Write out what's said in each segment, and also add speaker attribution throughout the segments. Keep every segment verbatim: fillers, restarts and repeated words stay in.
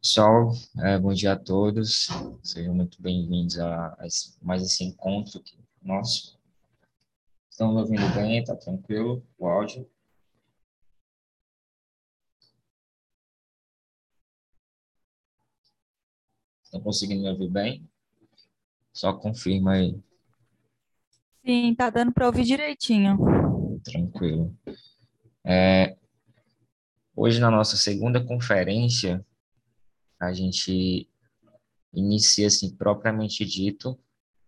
Speaker 1: Pessoal, é, bom dia a todos. Sejam muito bem-vindos a, a esse- mais esse encontro aqui nosso. Estão me ouvindo bem? Tá tranquilo? O áudio? Estão conseguindo me ouvir bem? Só confirma aí.
Speaker 2: Sim, tá dando para ouvir direitinho.
Speaker 1: Tranquilo. Hoje, na nossa segunda conferência, a gente inicia, assim, propriamente dito,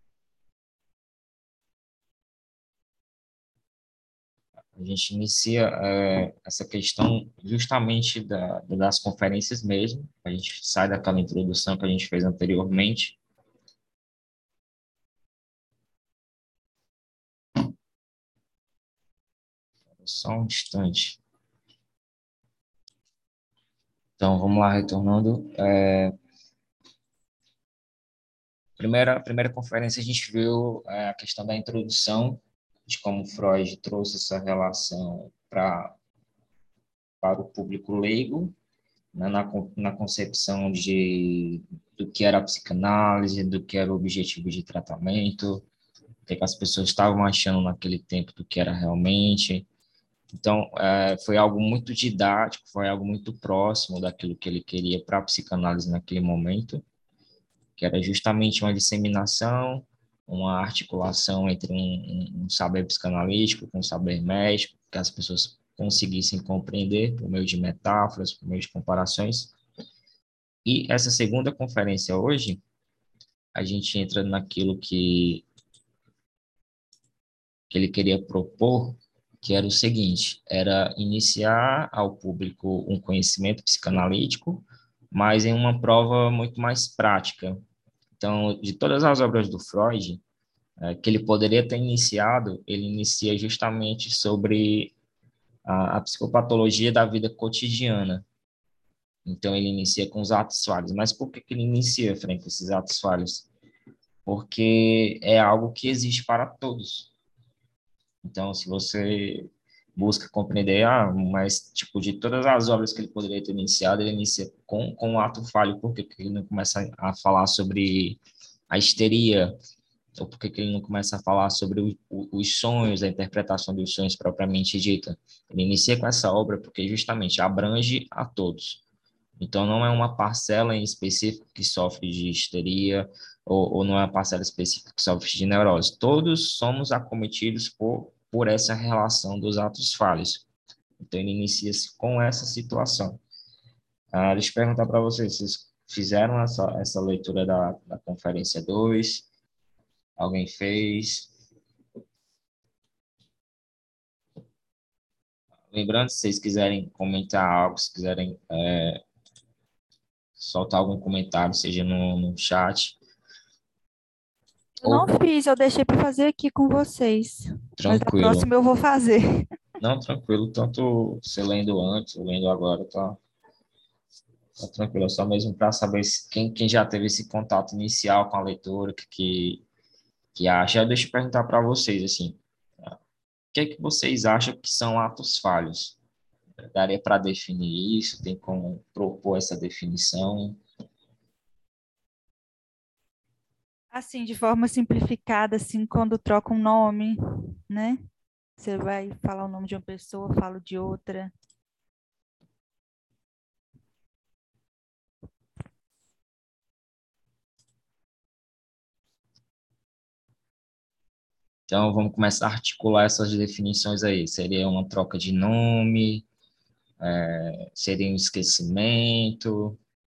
Speaker 1: a gente inicia é, essa questão justamente da, das conferências mesmo. A gente sai daquela introdução que a gente fez anteriormente. Só um instante. Então, vamos lá, retornando. É, primeira, primeira conferência, a gente viu é, a questão da introdução, de como Freud trouxe essa relação pra, para o público leigo, né, na, con- na concepção de, do que era a psicanálise, do que era o objetivo de tratamento, o que que as pessoas estavam achando naquele tempo do que era realmente. Então, é, foi algo muito didático, foi algo muito próximo daquilo que ele queria para a psicanálise naquele momento, que era justamente uma disseminação, uma articulação entre um, um um saber psicanalítico com um saber médico, que as pessoas conseguissem compreender por meio de metáforas, por meio de comparações. E essa segunda conferência hoje, a gente entra naquilo que, que ele queria propor, que era o seguinte, era iniciar ao público um conhecimento psicanalítico, mas em uma prova muito mais prática. Então, de todas as obras do Freud, é, que ele poderia ter iniciado, ele inicia justamente sobre a, a psicopatologia da vida cotidiana. Então, ele inicia com os atos falhos. Mas por que, que ele inicia, Frank, esses atos falhos? Porque é algo que existe para todos. Então, se você busca compreender, ah, mas, tipo, de todas as obras que ele poderia ter iniciado, ele inicia com, com o ato falho, por que que ele não começa a falar sobre a histeria, ou por que que ele não começa a falar sobre o, o, os sonhos, a interpretação dos sonhos propriamente dita? Ele inicia com essa obra porque justamente abrange a todos. Então, não é uma parcela em específico que sofre de histeria, ou, ou não é uma parcela específica que sofre de neurose. Todos somos acometidos por, por essa relação dos atos falhos. Então, ele inicia-se com essa situação. Ah, deixa eu perguntar para vocês, vocês fizeram essa, essa leitura da, da conferência dois? Alguém fez? Lembrando, se vocês quiserem comentar algo, se quiserem é, soltar algum comentário, seja no, no chat,
Speaker 2: Eu não
Speaker 1: ou
Speaker 2: fiz, eu deixei para fazer aqui com vocês. Mas da
Speaker 1: tranquilo.
Speaker 2: próxima eu vou fazer.
Speaker 1: Não, tranquilo, tanto você lendo antes ou lendo agora, tá, tá tranquilo. É só mesmo para saber se, quem, quem já teve esse contato inicial com a leitura, o que, que, que acha. Deixa eu perguntar para vocês, assim, o que é que vocês acham que são atos falhos? Daria para definir isso? Tem como propor essa definição?
Speaker 2: Assim, de forma simplificada, assim, quando troca um nome, né? Você vai falar o nome de uma pessoa, fala de outra.
Speaker 1: Então, vamos começar a articular essas definições aí. Seria uma troca de nome, seria um esquecimento,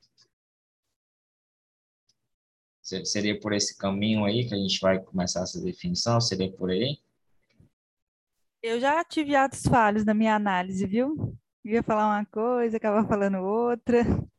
Speaker 1: Se- seria por esse caminho aí que a gente vai começar essa definição? Seria por aí?
Speaker 2: Eu já tive atos falhos na minha análise, viu? Ia falar uma coisa, acaba falando outra.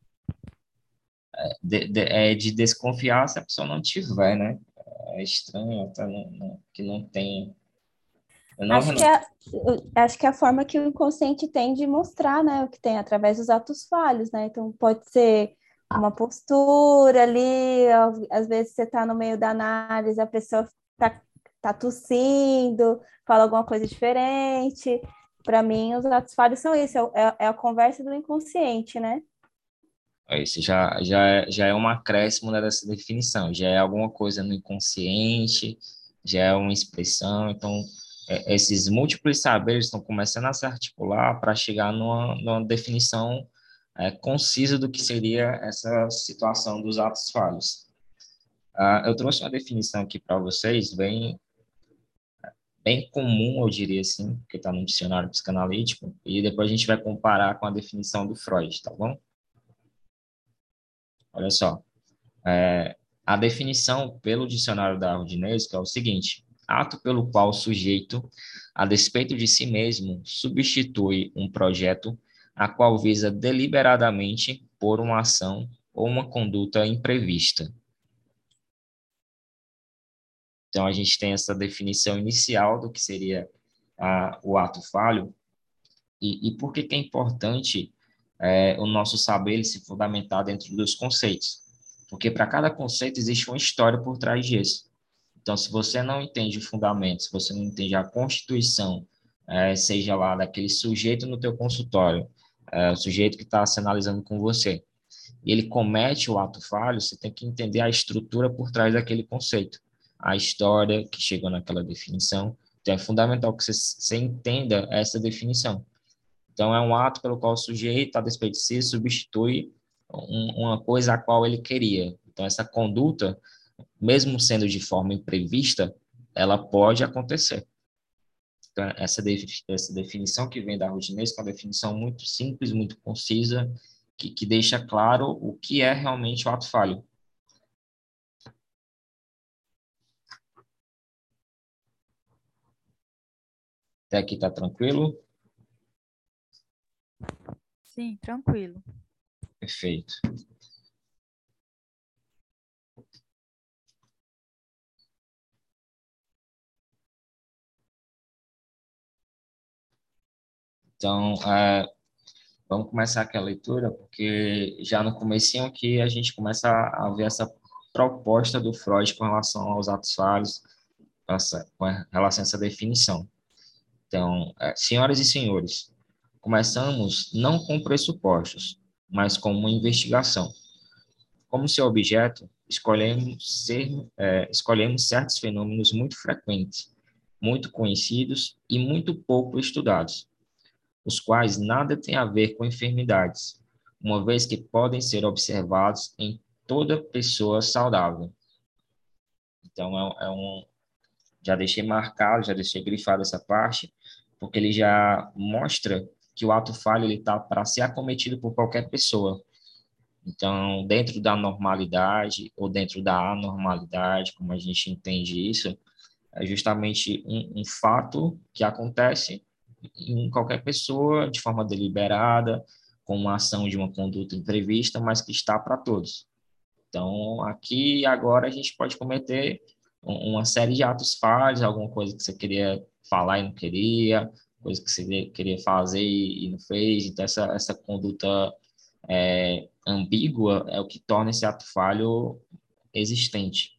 Speaker 1: De, de- é de desconfiar se a pessoa não tiver, né? É estranho até não, não- que não tenha. Não,
Speaker 3: Acho que
Speaker 1: Renan?
Speaker 3: é, acho que é a forma que o inconsciente tem de mostrar, né, o que tem através dos atos falhos, né? Então pode ser uma postura ali, ao- às vezes você está no meio da análise, a pessoa tá, tá tossindo, fala alguma coisa diferente. Para mim, os atos falhos são isso, é, é é a conversa do inconsciente, né?
Speaker 1: Esse já, já, é- já é um acréscimo, né, dessa definição, já é alguma coisa no inconsciente, já é uma expressão, então é, esses múltiplos saberes estão começando a se articular para chegar numa, numa definição é, concisa do que seria essa situação dos atos falhos. Ah, eu trouxe uma definição aqui para vocês, bem, bem comum, eu diria assim, que está no dicionário psicanalítico, e depois a gente vai comparar com a definição do Freud, tá bom? Olha só. É, a definição pelo dicionário da Arrodinês é o seguinte: ato pelo qual o sujeito, a despeito de si mesmo, substitui um projeto a qual visa deliberadamente por uma ação ou uma conduta imprevista. Então, a gente tem essa definição inicial do que seria a, o ato falho, e, e por que que é importante é, o nosso saber ele se fundamentar dentro dos conceitos? Porque para cada conceito existe uma história por trás disso. Então, se você não entende o fundamento, se você não entende a constituição, é, seja lá daquele sujeito no teu consultório, é, o sujeito que está se analisando com você, e ele comete o ato falho, você tem que entender a estrutura por trás daquele conceito, a história que chegou naquela definição. Então, é fundamental que você, você entenda essa definição. Então, é um ato pelo qual o sujeito, a despeito de si, substitui um, uma coisa a qual ele queria. Então, essa conduta, mesmo sendo de forma imprevista, ela pode acontecer. Então, essa, de, essa definição que vem da Rodinês, que é uma definição muito simples, muito concisa, que, que deixa claro o que é realmente o ato falho. Até aqui está tranquilo?
Speaker 2: Sim, tranquilo.
Speaker 1: Perfeito. Então, é, vamos começar aqui a leitura, porque já no comecinho aqui a gente começa a ver essa proposta do Freud com relação aos atos falhos, essa, com relação a essa definição. Então, é, senhoras e senhores, começamos não com pressupostos, mas com uma investigação. Como seu objeto, escolhemos, ser, é, escolhemos certos fenômenos muito frequentes, muito conhecidos e muito pouco estudados, os quais nada têm a ver com enfermidades, uma vez que podem ser observados em toda pessoa saudável. Então, é, é um, já deixei marcado, já deixei grifado essa parte, porque ele já mostra que o ato falho ele está para ser acometido por qualquer pessoa. Então, dentro da normalidade ou dentro da anormalidade, como a gente entende isso, é justamente um, um fato que acontece em qualquer pessoa de forma deliberada, com uma ação de uma conduta imprevista, mas que está para todos. Então, aqui e agora a gente pode cometer uma série de atos falhos, alguma coisa que você queria falar e não queria, coisa que você queria fazer e não fez. Então, essa, essa conduta é, ambígua é o que torna esse ato falho existente.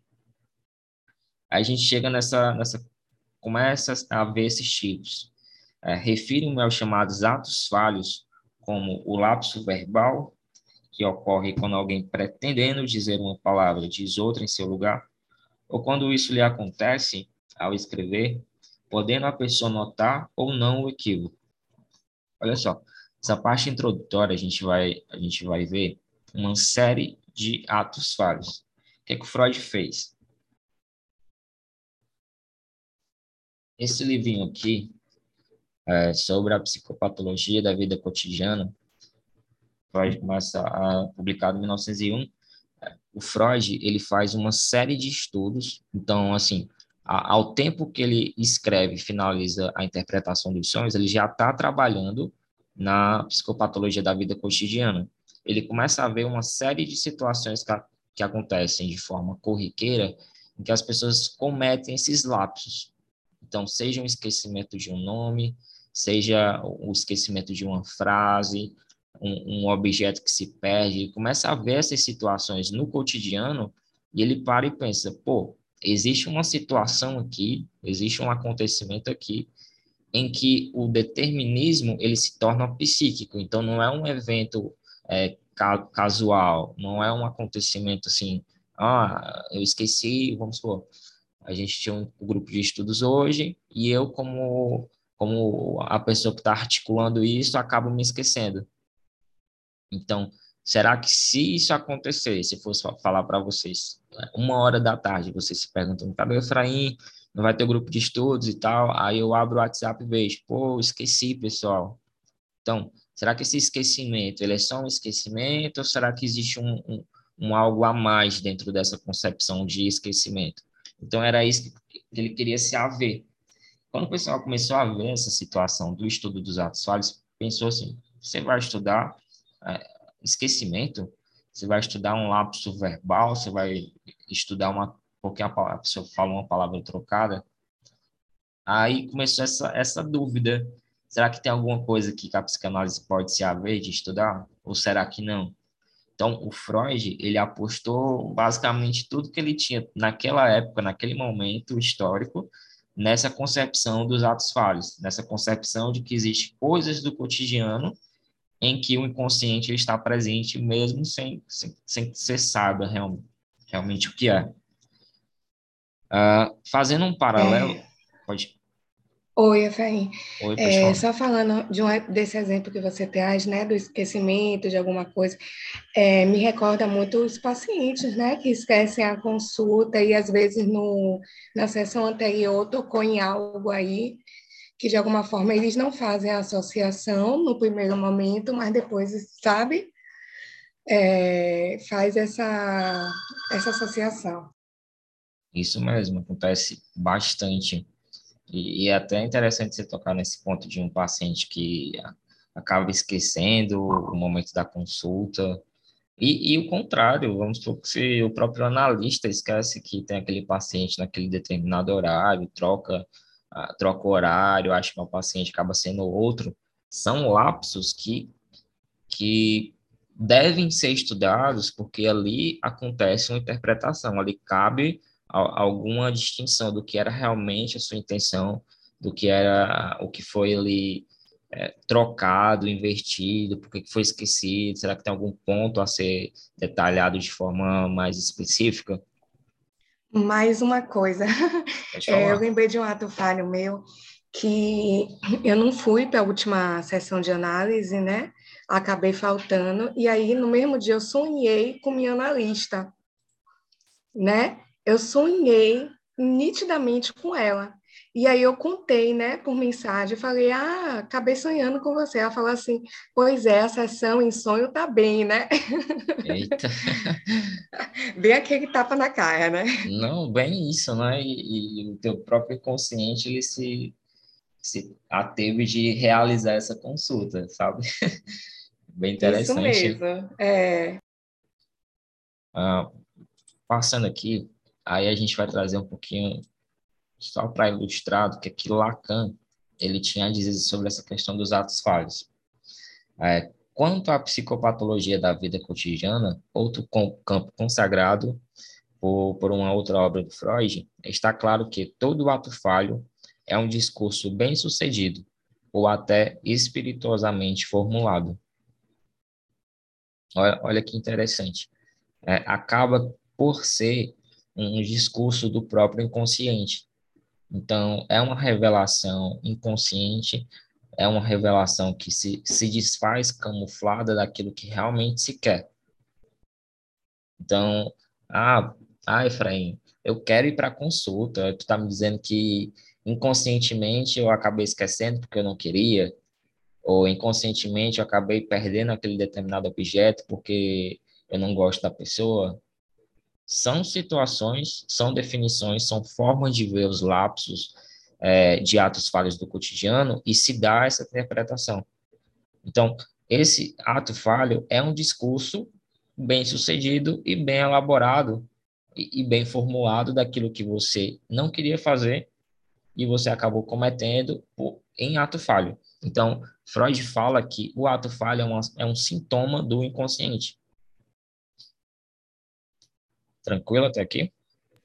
Speaker 1: Aí a gente chega nessa, nessa começa a ver esses tipos. É, refiro-me aos chamados atos falhos, como o lapso verbal, que ocorre quando alguém pretendendo dizer uma palavra diz outra em seu lugar, ou quando isso lhe acontece ao escrever, podendo a pessoa notar ou não o equívoco. Olha só, essa parte introdutória a gente vai, a gente vai ver uma série de atos falhos. O que é que o Freud fez? Esse livrinho aqui, é, sobre a psicopatologia da vida cotidiana, Freud começa a publicar em mil novecentos e um. O Freud, ele faz uma série de estudos, então, assim, a, ao tempo que ele escreve e finaliza a interpretação dos sonhos, ele já está trabalhando na psicopatologia da vida cotidiana. Ele começa a ver uma série de situações que, a, que acontecem de forma corriqueira, em que as pessoas cometem esses lapsos. Então, seja um esquecimento de um nome, seja o esquecimento de uma frase, um, um objeto que se perde, ele começa a ver essas situações no cotidiano e ele para e pensa, pô, existe uma situação aqui, existe um acontecimento aqui em que o determinismo ele se torna psíquico, então não é um evento é, ca- casual, não é um acontecimento assim, ah, eu esqueci, vamos supor, a gente tinha um grupo de estudos hoje e eu, como, como a pessoa que está articulando isso, acabo me esquecendo. Então, será que se isso acontecer, se fosse fa- falar para vocês, né, uma hora da tarde, vocês se perguntam, cadê o Efraim? Não vai ter grupo de estudos e tal? Aí eu abro o WhatsApp e vejo, pô, esqueci, pessoal. Então, será que esse esquecimento, ele é só um esquecimento ou será que existe um, um, um algo a mais dentro dessa concepção de esquecimento? Então, era isso que ele queria se haver. Quando o pessoal começou a ver essa situação do estudo dos atos falhos, pensou assim, você vai estudar é, esquecimento, você vai estudar um lapso verbal, você vai estudar uma, porque a, pa- a pessoa fala uma palavra trocada. Aí começou essa, essa dúvida. Será que tem alguma coisa que a psicanálise pode se haver de estudar? Ou será que não? Então, o Freud, ele apostou basicamente tudo que ele tinha naquela época, naquele momento histórico, nessa concepção dos atos falhos, nessa concepção de que existem coisas do cotidiano em que o inconsciente está presente mesmo sem, sem, sem que você saiba realmente, realmente o que é. Uh, fazendo um paralelo,
Speaker 4: É,
Speaker 1: pode,
Speaker 4: oi, Efraim.
Speaker 1: oi, pode
Speaker 4: É,
Speaker 1: falar.
Speaker 4: só falando de um, desse exemplo que você traz, né, do esquecimento de alguma coisa, é, me recorda muito os pacientes, né, que esquecem a consulta e às vezes no, na sessão anterior tocou em algo aí que de alguma forma eles não fazem a associação no primeiro momento, mas depois, sabe, é, faz essa, essa associação.
Speaker 1: Isso mesmo, acontece bastante. E, e é até interessante você tocar nesse ponto de um paciente que a- acaba esquecendo o momento da consulta. E, e o contrário, vamos supor que se o próprio analista esquece que tem aquele paciente naquele determinado horário, troca, ah, troca o horário, acha que o paciente acaba sendo outro. São lapsos que, que devem ser estudados, porque ali acontece uma interpretação, ali cabe a- alguma distinção do que era realmente a sua intenção, do que era o que foi ali é, trocado, invertido, por que que foi esquecido, será que tem algum ponto a ser detalhado de forma mais específica?
Speaker 4: Mais uma coisa,
Speaker 1: Pode
Speaker 4: é, eu
Speaker 1: falar.
Speaker 4: lembrei de um ato falho meu que eu não fui para a última sessão de análise, né? Acabei faltando, e aí no mesmo dia eu sonhei com minha analista, né? Eu sonhei nitidamente com ela. E aí eu contei, né, por mensagem, falei, ah, acabei sonhando com você. Ela falou assim, pois é, a sessão em sonho tá bem, né?
Speaker 1: Eita,
Speaker 4: Bem aquele tapa na cara, né?
Speaker 1: não, bem isso, né? E, e o teu próprio inconsciente, ele se, se ateve de realizar essa consulta, sabe? Bem
Speaker 4: Isso
Speaker 1: interessante.
Speaker 4: mesmo. É,
Speaker 1: Ah, passando aqui, aí a gente vai trazer um pouquinho, só para ilustrar, do que que Lacan ele tinha a dizer sobre essa questão dos atos falhos. É, quanto à psicopatologia da vida cotidiana, outro com- campo consagrado por, por uma outra obra do Freud, está claro que todo ato falho é um discurso bem-sucedido ou até espirituosamente formulado. Olha, olha que interessante. É, acaba por ser um discurso do próprio inconsciente. Então, é uma revelação inconsciente, é uma revelação que se, se desfaz camuflada daquilo que realmente se quer. Então, ah, ah, Efraim, eu quero ir para consulta. Tu está me dizendo que inconscientemente eu acabei esquecendo porque eu não queria, ou inconscientemente eu acabei perdendo aquele determinado objeto porque eu não gosto da pessoa. São situações, são definições, são formas de ver os lapsos é, de atos falhos do cotidiano e se dá essa interpretação. Então, esse ato falho é um discurso bem sucedido e bem elaborado e, e bem formulado daquilo que você não queria fazer e você acabou cometendo por, em ato falho. Então, Freud fala que o ato falho é, uma, é um sintoma do inconsciente. Tranquilo até aqui?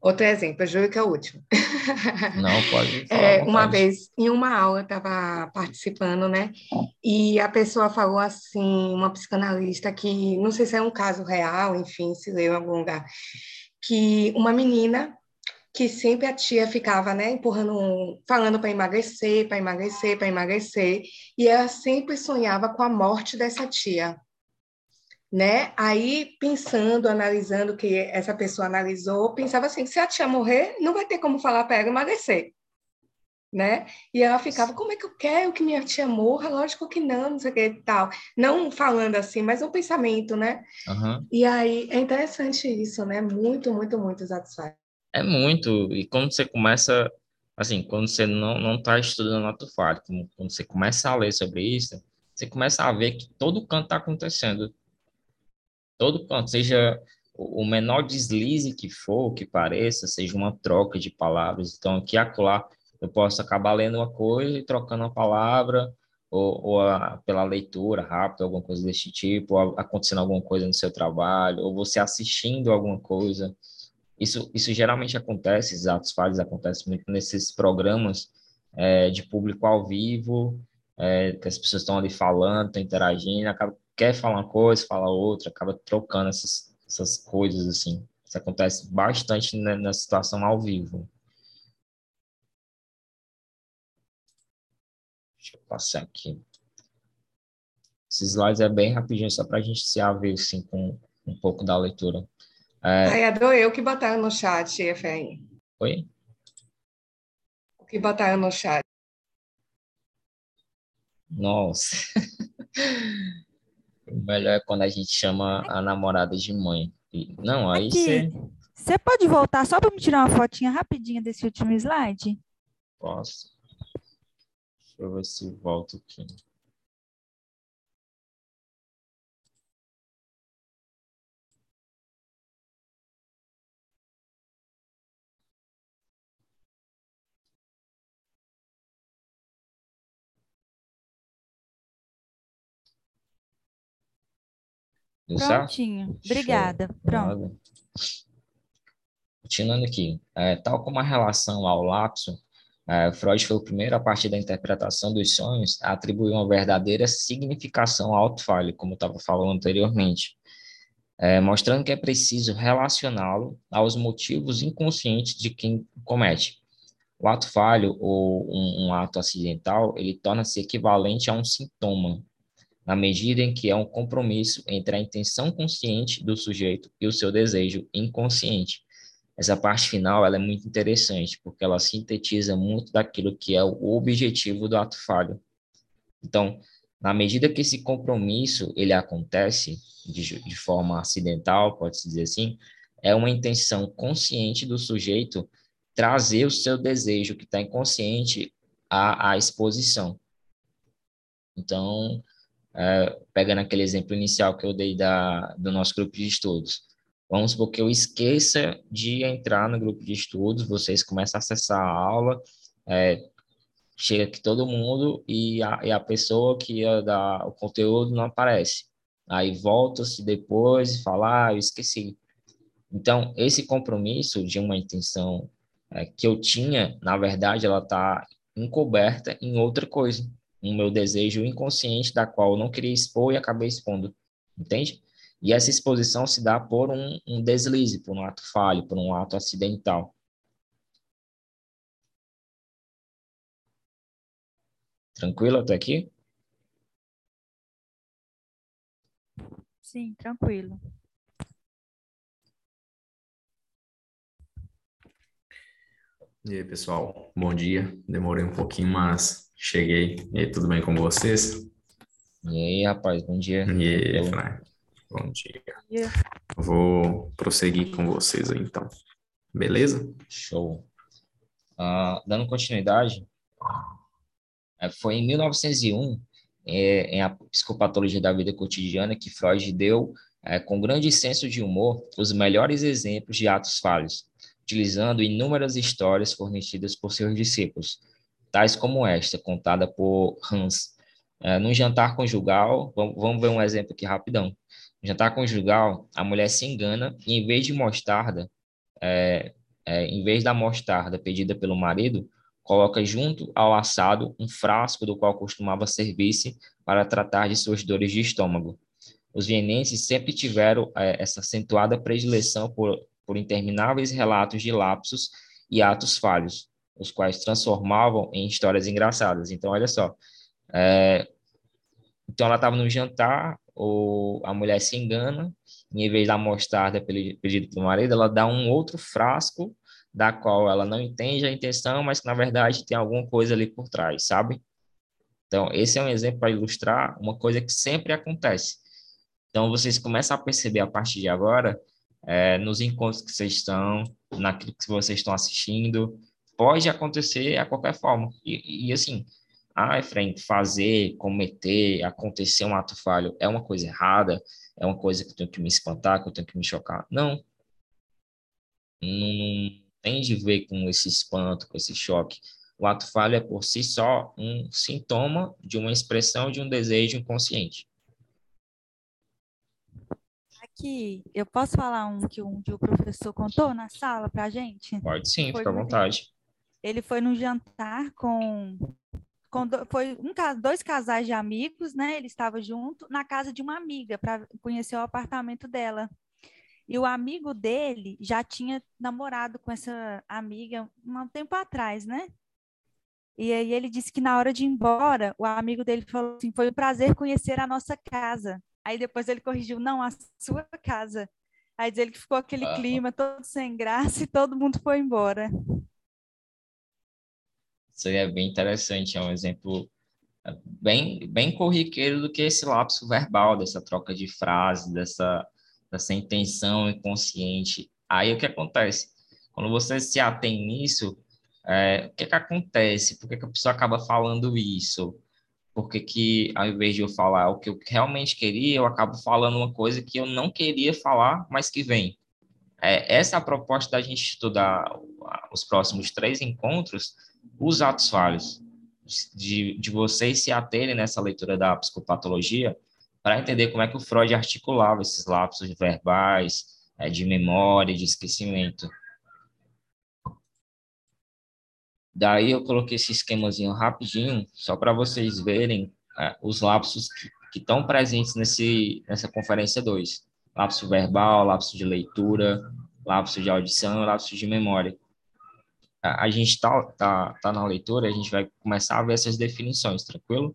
Speaker 4: Outro exemplo, eu juro que é o último.
Speaker 1: Não, pode falar à
Speaker 4: É, uma
Speaker 1: vontade.
Speaker 4: vez, em uma aula, eu estava participando, né? E a pessoa falou assim, uma psicanalista, que não sei se é um caso real, enfim, se leu em algum lugar, que uma menina que sempre a tia ficava, né, empurrando, falando para emagrecer, para emagrecer, para emagrecer, e ela sempre sonhava com a morte dessa tia, né? Aí, pensando, analisando o que essa pessoa analisou, pensava assim, se a tia morrer, não vai ter como falar para ela emagrecer, né? E ela ficava, como é que eu quero que minha tia morra? Lógico que não, não sei o que e tal. Não falando assim, mas um pensamento, né?
Speaker 1: Aham.
Speaker 4: E aí, é interessante isso, né? Muito, muito, muito satisfatório.
Speaker 1: É muito, e quando você começa, assim, quando você não não está estudando ato falho, como- quando você começa a ler sobre isso, você começa a ver que todo canto está acontecendo, todo canto, seja o o menor deslize que for, que pareça, seja uma troca de palavras. Então, aqui e acolá, eu posso acabar lendo uma coisa e trocando uma palavra, ou, ou a- pela leitura rápida, alguma coisa desse tipo, ou acontecendo alguma coisa no seu trabalho, ou você assistindo alguma coisa. Isso, isso geralmente acontece, esses atos falhos acontecem muito nesses programas é, de público ao vivo, é, que as pessoas estão ali falando, estão interagindo, acaba, quer falar uma coisa, fala outra, acaba trocando essas, essas coisas assim. Isso acontece bastante na, na situação ao vivo. Deixa eu passar aqui. Esses slides é bem rapidinho, só para a gente se haver assim, com um pouco da leitura. É,
Speaker 4: Ai, adorei o que botaram no chat, Efraim.
Speaker 1: oi?
Speaker 4: O que botaram no chat.
Speaker 1: Nossa. O melhor é quando a gente chama a namorada de mãe. E- não, aí
Speaker 2: Aqui,
Speaker 1: você...
Speaker 2: você pode voltar só para me tirar uma fotinha rapidinha desse último slide?
Speaker 1: Posso. Deixa eu ver se volto aqui. Deu certo?
Speaker 2: Prontinho.
Speaker 1: Show.
Speaker 2: Obrigada. Pronto.
Speaker 1: Nada. Continuando aqui. É, tal como a relação ao lapso, é, Freud foi o primeiro, a partir da interpretação dos sonhos, a atribuir uma verdadeira significação ao ato falho, como eu estava falando anteriormente, é, mostrando que é preciso relacioná-lo aos motivos inconscientes de quem comete. O ato falho ou um, um ato acidental, ele torna-se equivalente a um sintoma, na medida em que é um compromisso entre a intenção consciente do sujeito e o seu desejo inconsciente. Essa parte final, ela é muito interessante, porque ela sintetiza muito daquilo que é o objetivo do ato falho. Então, na medida que esse compromisso ele acontece de, de forma acidental, pode-se dizer assim, é uma intenção consciente do sujeito trazer o seu desejo que está inconsciente à, à exposição. Então, é, pegando aquele exemplo inicial que eu dei da, do nosso grupo de estudos, vamos supor que eu esqueça de entrar no grupo de estudos, vocês começam a acessar a aula, é, chega aqui todo mundo e a, e a pessoa que ia dar o conteúdo não aparece. Aí volta-se depois e fala, ah, eu esqueci. Então, esse compromisso de uma intenção é, que eu tinha, na verdade, ela está encoberta em outra coisa, um meu desejo inconsciente da qual eu não queria expor e acabei expondo, entende? E essa exposição se dá por um, um deslize, por um ato falho, por um ato acidental. Tranquilo até aqui?
Speaker 2: Sim, tranquilo.
Speaker 5: E aí, pessoal, bom dia. Demorei um pouquinho, mas cheguei. E aí, tudo bem com vocês?
Speaker 1: E aí, rapaz, bom dia.
Speaker 5: E aí,
Speaker 1: Tranquilo.
Speaker 5: Efraim, bom dia.
Speaker 2: Yeah.
Speaker 5: Vou prosseguir com vocês aí, então. Beleza?
Speaker 1: Show. Ah, dando continuidade, eh, foi em mil novecentos e um, eh, em A Psicopatologia da Vida Cotidiana, que Freud deu, eh, com grande senso de humor, os melhores exemplos de atos falhos, utilizando inúmeras histórias fornecidas por seus discípulos, tais como esta, contada por Hans. Eh, num jantar conjugal, vamos, vamos ver um exemplo aqui rapidão. No jantar conjugal, a mulher se engana e, em vez de mostarda, é, em vez da mostarda pedida pelo marido, coloca junto ao assado um frasco do qual costumava servir-se para tratar de suas dores de estômago. Os vienenses sempre tiveram é, essa acentuada predileção por, por intermináveis relatos de lapsos e atos falhos, os quais transformavam em histórias engraçadas. Então, olha só, é, então ela estava no jantar, ou a mulher se engana, e em vez da mostarda pedida pelo marido, ela dá um outro frasco, da qual ela não entende a intenção, mas que na verdade tem alguma coisa ali por trás, sabe? Então, esse é um exemplo para ilustrar uma coisa que sempre acontece. Então, vocês começam a perceber a partir de agora, é, nos encontros que vocês estão, naquilo que vocês estão assistindo, pode acontecer a qualquer forma. E, e assim, ah, Efraim, fazer, cometer, acontecer um ato falho é uma coisa errada, é uma coisa que eu tenho que me espantar, que eu tenho que me chocar. Não, não, não tem de ver com esse espanto, com esse choque. O ato falho é por si só um sintoma de uma expressão de um desejo inconsciente.
Speaker 2: Aqui, eu posso falar um que um que o professor contou na sala para a gente?
Speaker 1: Pode sim,
Speaker 2: Foi
Speaker 1: fica à
Speaker 2: muito.
Speaker 1: vontade.
Speaker 2: Ele foi num jantar com, com do- foi um, ca- dois casais de amigos, né? Ele estava junto na casa de uma amiga para conhecer o apartamento dela. E o amigo dele já tinha namorado com essa amiga um tempo atrás, né? E aí ele disse que na hora de ir embora, o amigo dele falou assim: foi um prazer conhecer a nossa casa. Aí depois ele corrigiu: não, a sua casa. Aí diz ele que ficou aquele
Speaker 1: Ah,
Speaker 2: clima todo sem graça e todo mundo foi embora.
Speaker 1: isso aí é bem interessante, é um exemplo bem, bem corriqueiro do que esse lapso verbal, dessa troca de frases, dessa, dessa intenção inconsciente. Aí o que acontece? Quando você se atém nisso, é, o que que acontece? Por que que a pessoa acaba falando isso? Por que que, ao invés de eu falar o que eu realmente queria, eu acabo falando uma coisa que eu não queria falar, mas que vem? É, essa é a proposta da gente estudar os próximos três encontros, os atos falhos, de, de vocês se aterem nessa leitura da psicopatologia para entender como é que o Freud articulava esses lapsos verbais, é, de memória, de esquecimento. Daí eu coloquei esse esquemazinho rapidinho, só para vocês verem é, os lapsos que, que estão presentes nesse, nessa conferência dois. Lapso verbal, lapso de leitura, lapso de audição e lapso de memória. A, a gente tá, tá, tá na leitura, a gente vai começar a ver essas definições, tranquilo?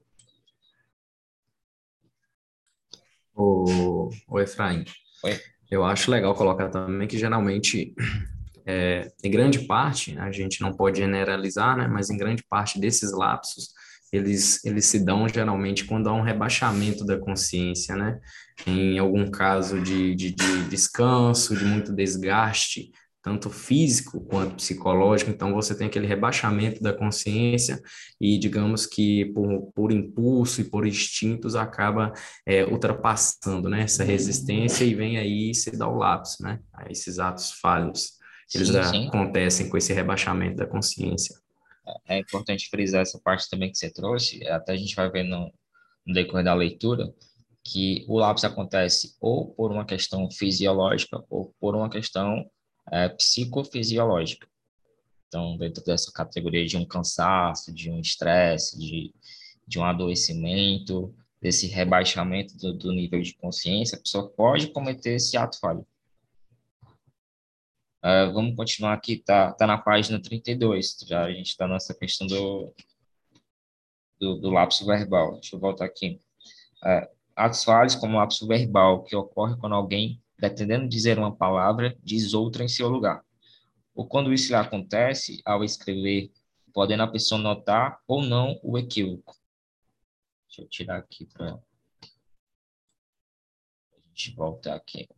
Speaker 5: O, o Efraim,
Speaker 1: Oi?
Speaker 5: eu acho legal colocar também que geralmente, é, em grande parte, né, a gente não pode generalizar, né, mas em grande parte desses lapsos, eles, eles se dão geralmente quando há um rebaixamento da consciência, né? Em algum caso de, de, de descanso, de muito desgaste, tanto físico quanto psicológico, então você tem aquele rebaixamento da consciência e digamos que por, por impulso e por instintos acaba é, ultrapassando, né, essa resistência e vem aí se dá o lapso, né, a esses atos falhos, eles
Speaker 1: Sim, sim.
Speaker 5: acontecem com esse rebaixamento da consciência.
Speaker 1: É importante frisar essa parte também que você trouxe, até a gente vai ver no, no decorrer da leitura, que o lápis acontece ou por uma questão fisiológica ou por uma questão é, psicofisiológica. Então, dentro dessa categoria de um cansaço, de um estresse, de, de um adoecimento, desse rebaixamento do, do nível de consciência, a pessoa pode cometer esse ato falho. Uh, vamos continuar aqui, tá, tá na página trinta e dois, já a gente está nessa questão do, do, do lapso verbal. Deixa eu voltar aqui. Uh, atos falhos como lapso verbal, que ocorre quando alguém, pretendendo dizer uma palavra, diz outra em seu lugar. Ou quando isso acontece, ao escrever, podendo a pessoa notar ou não o equívoco. Deixa eu tirar aqui para a gente voltar aqui.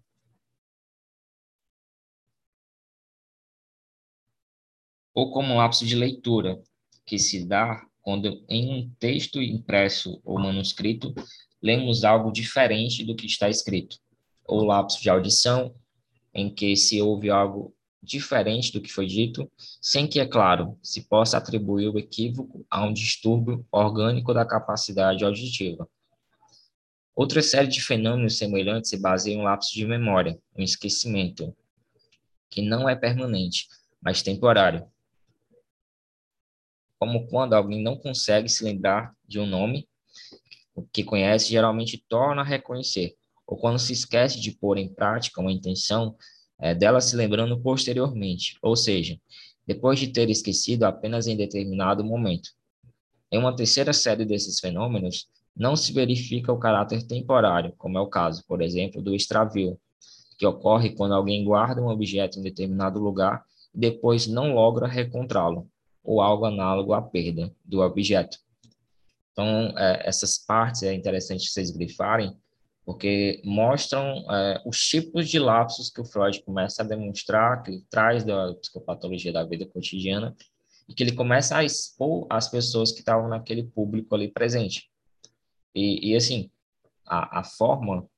Speaker 1: Ou como um lapso de leitura, que se dá quando em um texto impresso ou manuscrito lemos algo diferente do que está escrito. Ou lapso de audição, em que se ouve algo diferente do que foi dito, sem que, é claro, se possa atribuir o equívoco a um distúrbio orgânico da capacidade auditiva. Outra série de fenômenos semelhantes se baseiam em lapso de memória, um esquecimento, que não é permanente, mas temporário. Como quando alguém não consegue se lembrar de um nome que conhece, geralmente torna a reconhecer, ou quando se esquece de pôr em prática uma intenção, é, dela se lembrando posteriormente, ou seja, depois de ter esquecido apenas em determinado momento. Em uma terceira série desses fenômenos, não se verifica o caráter temporário, como é o caso, por exemplo, do extravio, que ocorre quando alguém guarda um objeto em determinado lugar e depois não logra reencontrá-lo, ou algo análogo à perda do objeto. Então, é, essas partes é interessante vocês grifarem, porque mostram é, os tipos de lapsos que o Freud começa a demonstrar, que ele traz da psicopatologia da vida cotidiana, e que ele começa a expor as pessoas que estavam naquele público ali presente. E, e assim, a, a forma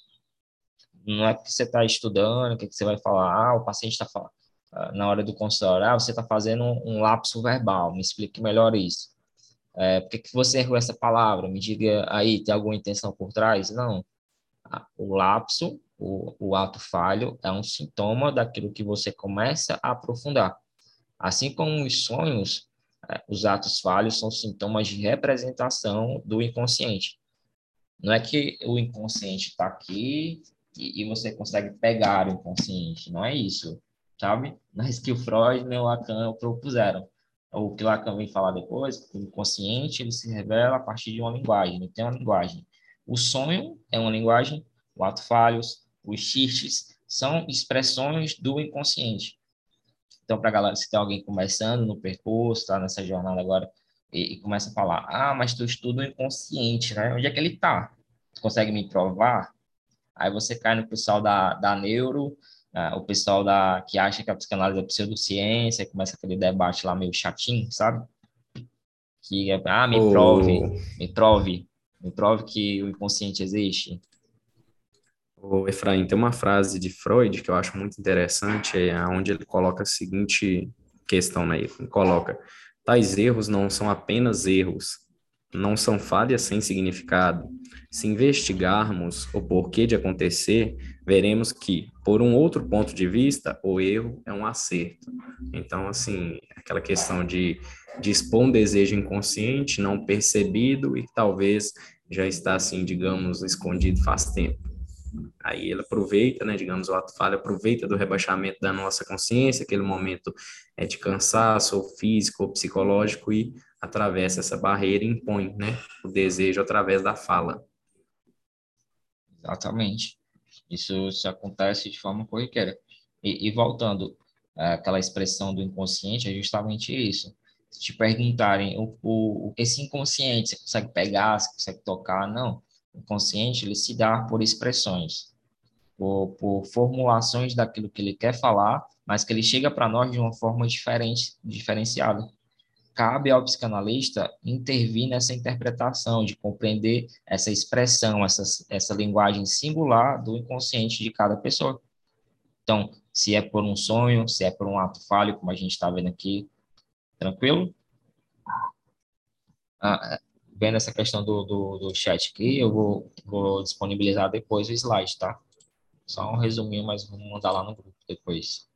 Speaker 1: não é que você está estudando, o que, que você vai falar, ah, o paciente está falando, ah, na hora do consultório, ah, você está fazendo um, um lapso verbal, me explique melhor isso. É, por que, que você errou essa palavra? Me diga aí, tem alguma intenção por trás? Não. O lapso, o, o ato falho, é um sintoma daquilo que você começa a aprofundar. Assim como os sonhos, é, os atos falhos são sintomas de representação do inconsciente. Não é que o inconsciente está aqui e, e você consegue pegar o inconsciente, não é isso, sabe? Não é isso que o Freud nem o Lacan propuseram. O que Lacan vem falar depois, o inconsciente ele se revela a partir de uma linguagem, ele tem uma linguagem. O sonho é uma linguagem, o ato falhos, os xistes, são expressões do inconsciente. Então, para a galera, se tem alguém começando no percurso, está nessa jornada agora, e, e começa a falar, ah, mas tu estuda o inconsciente, né? Onde é que ele está? Tu consegue me provar? Aí você cai no pessoal da, da neuro, ah, o pessoal da, que acha que a psicanálise é pseudociência, começa aquele debate lá meio chatinho, sabe? Que é, ah, me prove,
Speaker 5: O,
Speaker 1: me prove, me prove que o inconsciente existe.
Speaker 5: o Efraim, tem uma frase de Freud que eu acho muito interessante, é onde ele coloca a seguinte questão, né? Ele coloca, tais erros não são apenas erros, não são falhas sem significado. Se investigarmos o porquê de acontecer, veremos que, por um outro ponto de vista, o erro é um acerto. Então, assim, aquela questão de, de expor um desejo inconsciente, não percebido e que talvez já está, assim, digamos, escondido faz tempo. Aí ele aproveita, né, digamos, o ato falho aproveita do rebaixamento da nossa consciência, aquele momento é, de cansaço, ou físico, ou psicológico, e atravessa essa barreira e impõe, né, o desejo através da fala.
Speaker 1: Exatamente. Isso, isso acontece de forma corriqueira. E, e voltando àquela expressão do inconsciente, é justamente isso. Se te perguntarem, o, o, esse inconsciente, você consegue pegar, você consegue tocar? Não. O inconsciente, ele se dá por expressões, por, por formulações daquilo que ele quer falar, mas que ele chega para nós de uma forma diferente, diferenciada. Cabe ao psicanalista intervir nessa interpretação, de compreender essa expressão, essa, essa linguagem singular do inconsciente de cada pessoa. Então, se é por um sonho, se é por um ato falho, como a gente está vendo aqui, tranquilo? Ah, vendo essa questão do, do, do chat aqui, eu vou, vou disponibilizar depois o slide, tá? Só um resuminho, mas vou mandar lá no grupo depois.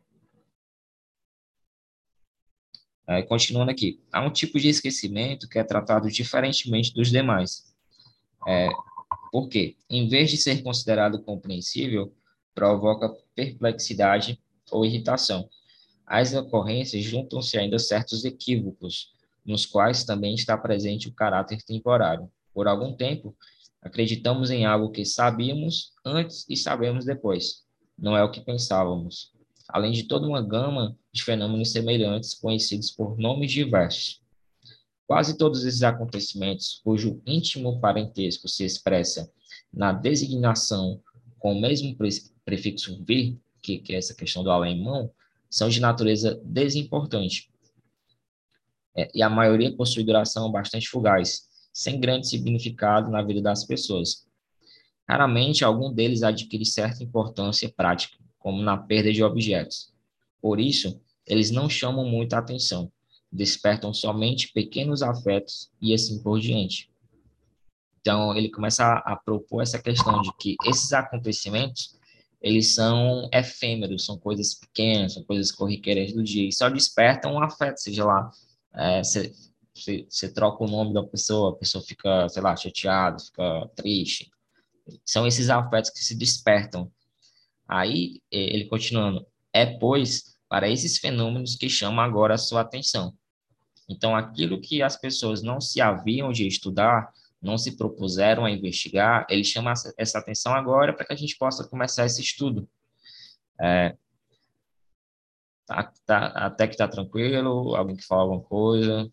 Speaker 1: É, continuando aqui, há um tipo de esquecimento que é tratado diferentemente dos demais. É, por quê? Em vez de ser considerado compreensível, provoca perplexidade ou irritação. As ocorrências juntam-se ainda certos equívocos, nos quais também está presente o caráter temporário. Por algum tempo, acreditamos em algo que sabíamos antes e sabemos depois. Não é o que pensávamos. Além de toda uma gama de fenômenos semelhantes conhecidos por nomes diversos. Quase todos esses acontecimentos, cujo íntimo parentesco se expressa na designação com o mesmo prefixo vir, que, que é essa questão do alemão, são de natureza desimportante. É, e a maioria possui duração bastante fugaz, sem grande significado na vida das pessoas. Raramente, algum deles adquire certa importância prática, como na perda de objetos. Por isso, eles não chamam muita atenção, despertam somente pequenos afetos e assim por diante. Então, ele começa a, a propor essa questão de que esses acontecimentos, eles são efêmeros, são coisas pequenas, são coisas corriqueiras do dia, e só despertam um afeto, seja lá, você é, troca o nome da pessoa, a pessoa fica, sei lá, chateada, fica triste. São esses afetos que se despertam. Aí, ele continuando, é, pois, para esses fenômenos que chamam agora a sua atenção. Então, aquilo que as pessoas não se haviam de estudar, não se propuseram a investigar, ele chama essa atenção agora para que a gente possa começar esse estudo. É, tá, tá, até que está tranquilo? Alguém que fala alguma coisa?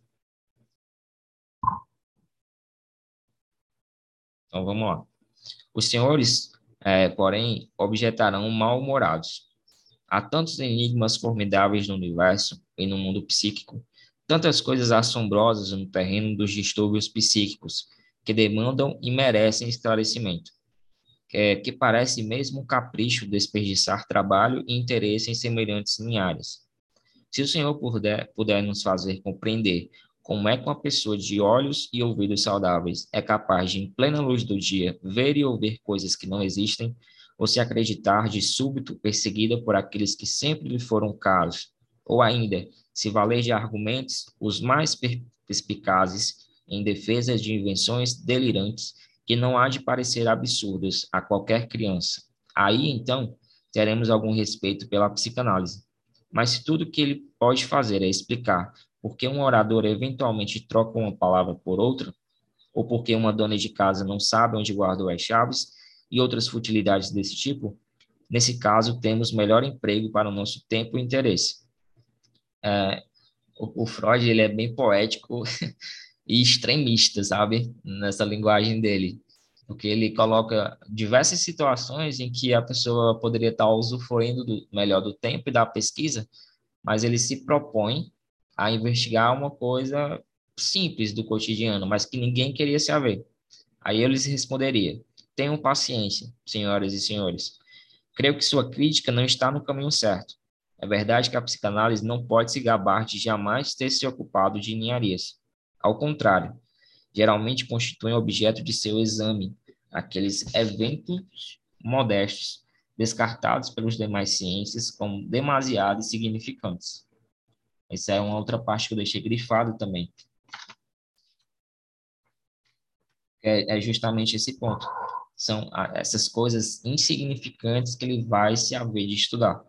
Speaker 1: Então, vamos lá. Os senhores, é, porém, objetarão mal-humorados. Há tantos enigmas formidáveis no universo e no mundo psíquico, tantas coisas assombrosas no terreno dos distúrbios psíquicos, que demandam e merecem esclarecimento, que, é, que parece mesmo um capricho desperdiçar trabalho e interesse em semelhantes linhares. Se o Senhor puder, puder nos fazer compreender como é que uma pessoa de olhos e ouvidos saudáveis é capaz de, em plena luz do dia, ver e ouvir coisas que não existem, ou se acreditar de súbito perseguida por aqueles que sempre lhe foram caros, ou ainda se valer de argumentos os mais perspicazes em defesa de invenções delirantes que não há de parecer absurdas a qualquer criança. Aí, então, teremos algum respeito pela psicanálise. Mas se tudo que ele pode fazer é explicar por que um orador eventualmente troca uma palavra por outra, ou porque uma dona de casa não sabe onde guardou as chaves, e outras futilidades desse tipo, nesse caso, temos melhor emprego para o nosso tempo e interesse. É, o, o Freud, ele é bem poético e extremista, sabe? Nessa linguagem dele. Porque ele coloca diversas situações em que a pessoa poderia estar usufruindo do, melhor do tempo e da pesquisa, mas ele se propõe a investigar uma coisa simples do cotidiano, mas que ninguém queria saber. Aí ele responderia: tenham paciência, senhoras e senhores. Creio que sua crítica não está no caminho certo. É verdade que a psicanálise não pode se gabar de jamais ter se ocupado de ninharias. Ao contrário, geralmente constituem objeto de seu exame aqueles eventos modestos, descartados pelas demais ciências como demasiado insignificantes. Essa é uma outra parte que eu deixei grifado também. É, é justamente esse ponto. São essas coisas insignificantes que ele vai se haver de estudar.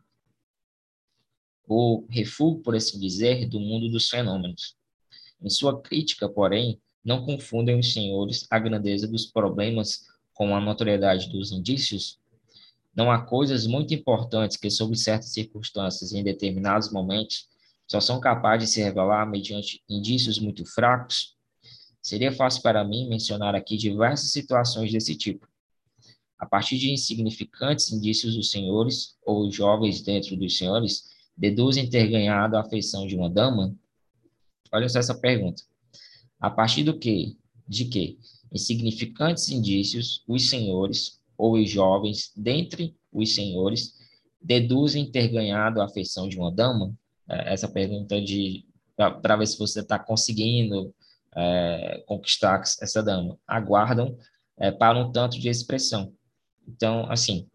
Speaker 1: O refúgio, por assim dizer, do mundo dos fenômenos. Em sua crítica, porém, não confundem os senhores a grandeza dos problemas com a notoriedade dos indícios. Não há coisas muito importantes que, sob certas circunstâncias e em determinados momentos, só são capazes de se revelar mediante indícios muito fracos. Seria fácil para mim mencionar aqui diversas situações desse tipo. A partir de insignificantes indícios, os senhores, ou os jovens dentro dos senhores, deduzem ter ganhado a afeição de uma dama? Olha só essa pergunta. A partir do que, de que, insignificantes indícios, os senhores, ou os jovens dentre os senhores, deduzem ter ganhado a afeição de uma dama? Essa pergunta de para ver se você está conseguindo é, conquistar essa dama. Aguardam é, para um tanto de expressão. Então, assim,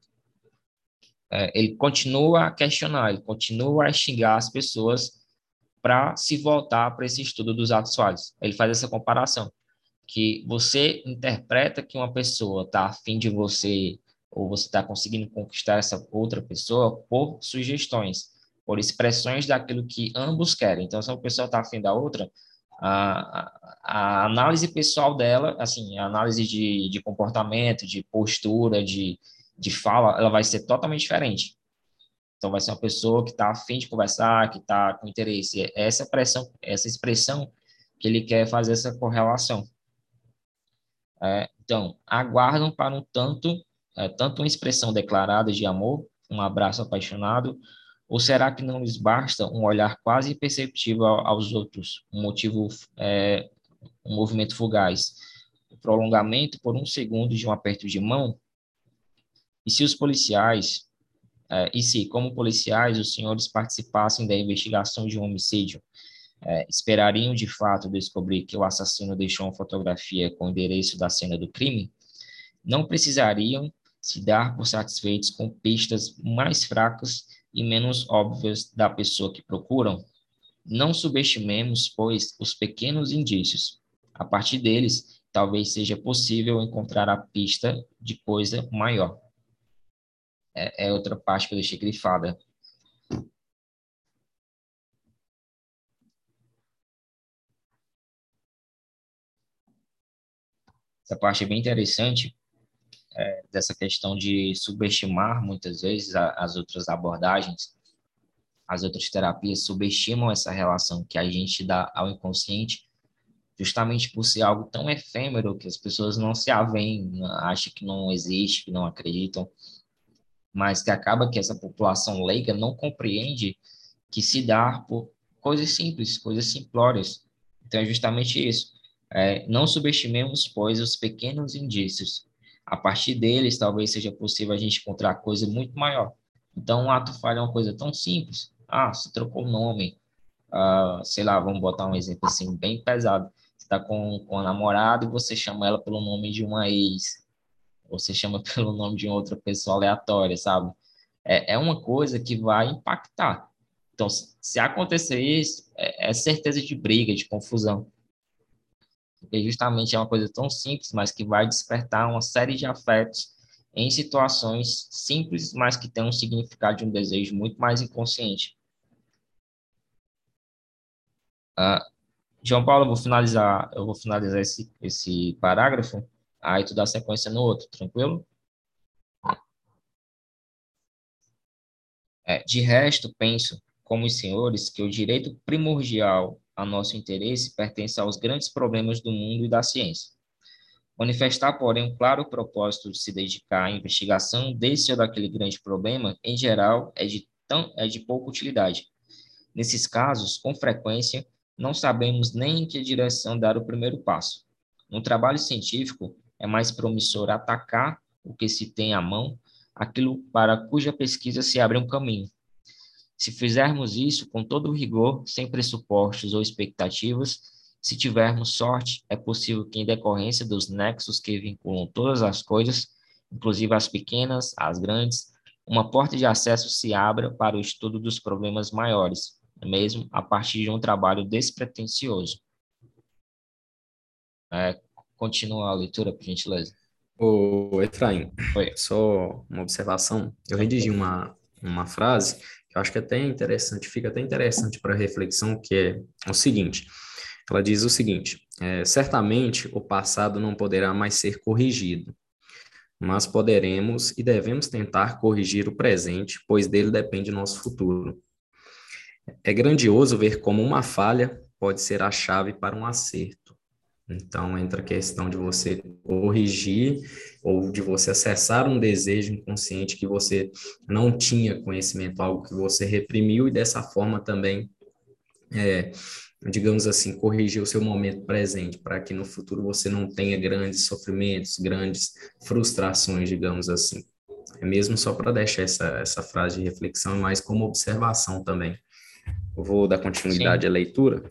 Speaker 1: é, ele continua a questionar, ele continua a xingar as pessoas para se voltar para esse estudo dos atos falhos. Ele faz essa comparação, que você interpreta que uma pessoa está afim de você, ou você está conseguindo conquistar essa outra pessoa por sugestões, por expressões daquilo que ambos querem. Então, se uma pessoa está afim da outra, a, a, a análise pessoal dela, assim, a análise de, de comportamento, de postura, de, de fala, ela vai ser totalmente diferente. Então, vai ser uma pessoa que está afim de conversar, que está com interesse. É essa pressão, essa expressão que ele quer fazer essa correlação. É, então, aguardam para um tanto, é, tanto uma expressão declarada de amor, um abraço apaixonado, ou será que não lhes basta um olhar quase imperceptível aos outros, um motivo, é, um movimento fugaz, o prolongamento por um segundo de um aperto de mão? E se os policiais Uh, e se, como policiais, os senhores participassem da investigação de um homicídio, uh, esperariam de fato descobrir que o assassino deixou uma fotografia com o endereço da cena do crime? Não precisariam se dar por satisfeitos com pistas mais fracas e menos óbvias da pessoa que procuram? Não subestimemos, pois, os pequenos indícios. A partir deles, talvez seja possível encontrar a pista de coisa maior. É, é outra parte que eu deixei grifada. Essa parte é bem interessante, é, dessa questão de subestimar, muitas vezes, a, as outras abordagens. As outras terapias subestimam essa relação que a gente dá ao inconsciente, justamente por ser algo tão efêmero que as pessoas não se aveem, acham que não existe, que não acreditam, mas que acaba que essa população leiga não compreende que se dá por coisas simples, coisas simplórias. Então, é justamente isso. É, não subestimemos, pois, os pequenos indícios. A partir deles, talvez seja possível a gente encontrar coisa muito maior. Então, um ato falho é uma coisa tão simples. Ah, você trocou o nome. Ah, sei lá, vamos botar um exemplo assim, bem pesado. Você está com, com a namorada e você chama ela pelo nome de uma ex. Ou você chama pelo nome de outra pessoa aleatória, sabe? É, é uma coisa que vai impactar. Então, se, se acontecer isso, é, é certeza de briga, de confusão. Porque justamente é uma coisa tão simples, mas que vai despertar uma série de afetos em situações simples, mas que tem um significado de um desejo muito mais inconsciente. Ah, João Paulo, eu vou finalizar, eu vou finalizar esse, esse parágrafo, aí tu dá sequência no outro, tranquilo? É, de resto, penso, como os senhores, que o direito primordial a nosso interesse pertence aos grandes problemas do mundo e da ciência. Manifestar, porém, um claro propósito de se dedicar à investigação desse ou daquele grande problema, em geral, é de, tão, é de pouca utilidade. Nesses casos, com frequência, não sabemos nem em que direção dar o primeiro passo. No trabalho científico, é mais promissor atacar o que se tem à mão, aquilo para cuja pesquisa se abre um caminho. Se fizermos isso com todo o rigor, sem pressupostos ou expectativas, se tivermos sorte, é possível que, em decorrência dos nexos que vinculam todas as coisas, inclusive as pequenas, as grandes, uma porta de acesso se abra para o estudo dos problemas maiores, mesmo a partir de um trabalho despretensioso. É, continua a leitura, por gentileza.
Speaker 5: Ô, Efraim,
Speaker 1: Oi.
Speaker 5: só uma observação. Eu redigi uma, uma frase que eu acho que é até interessante, fica até interessante para reflexão, que é o seguinte. Ela diz o seguinte, é, certamente o passado não poderá mais ser corrigido, mas poderemos e devemos tentar corrigir o presente, pois dele depende nosso futuro. É grandioso ver como uma falha pode ser a chave para um acerto. Então, entra a questão de você corrigir ou de você acessar um desejo inconsciente que você não tinha conhecimento, algo que você reprimiu e dessa forma também, é, digamos assim, corrigir o seu momento presente para que no futuro você não tenha grandes sofrimentos, grandes frustrações, digamos assim. É mesmo só para deixar essa, essa frase de reflexão, mas como observação também. Eu vou dar continuidade
Speaker 1: Sim.
Speaker 5: à leitura.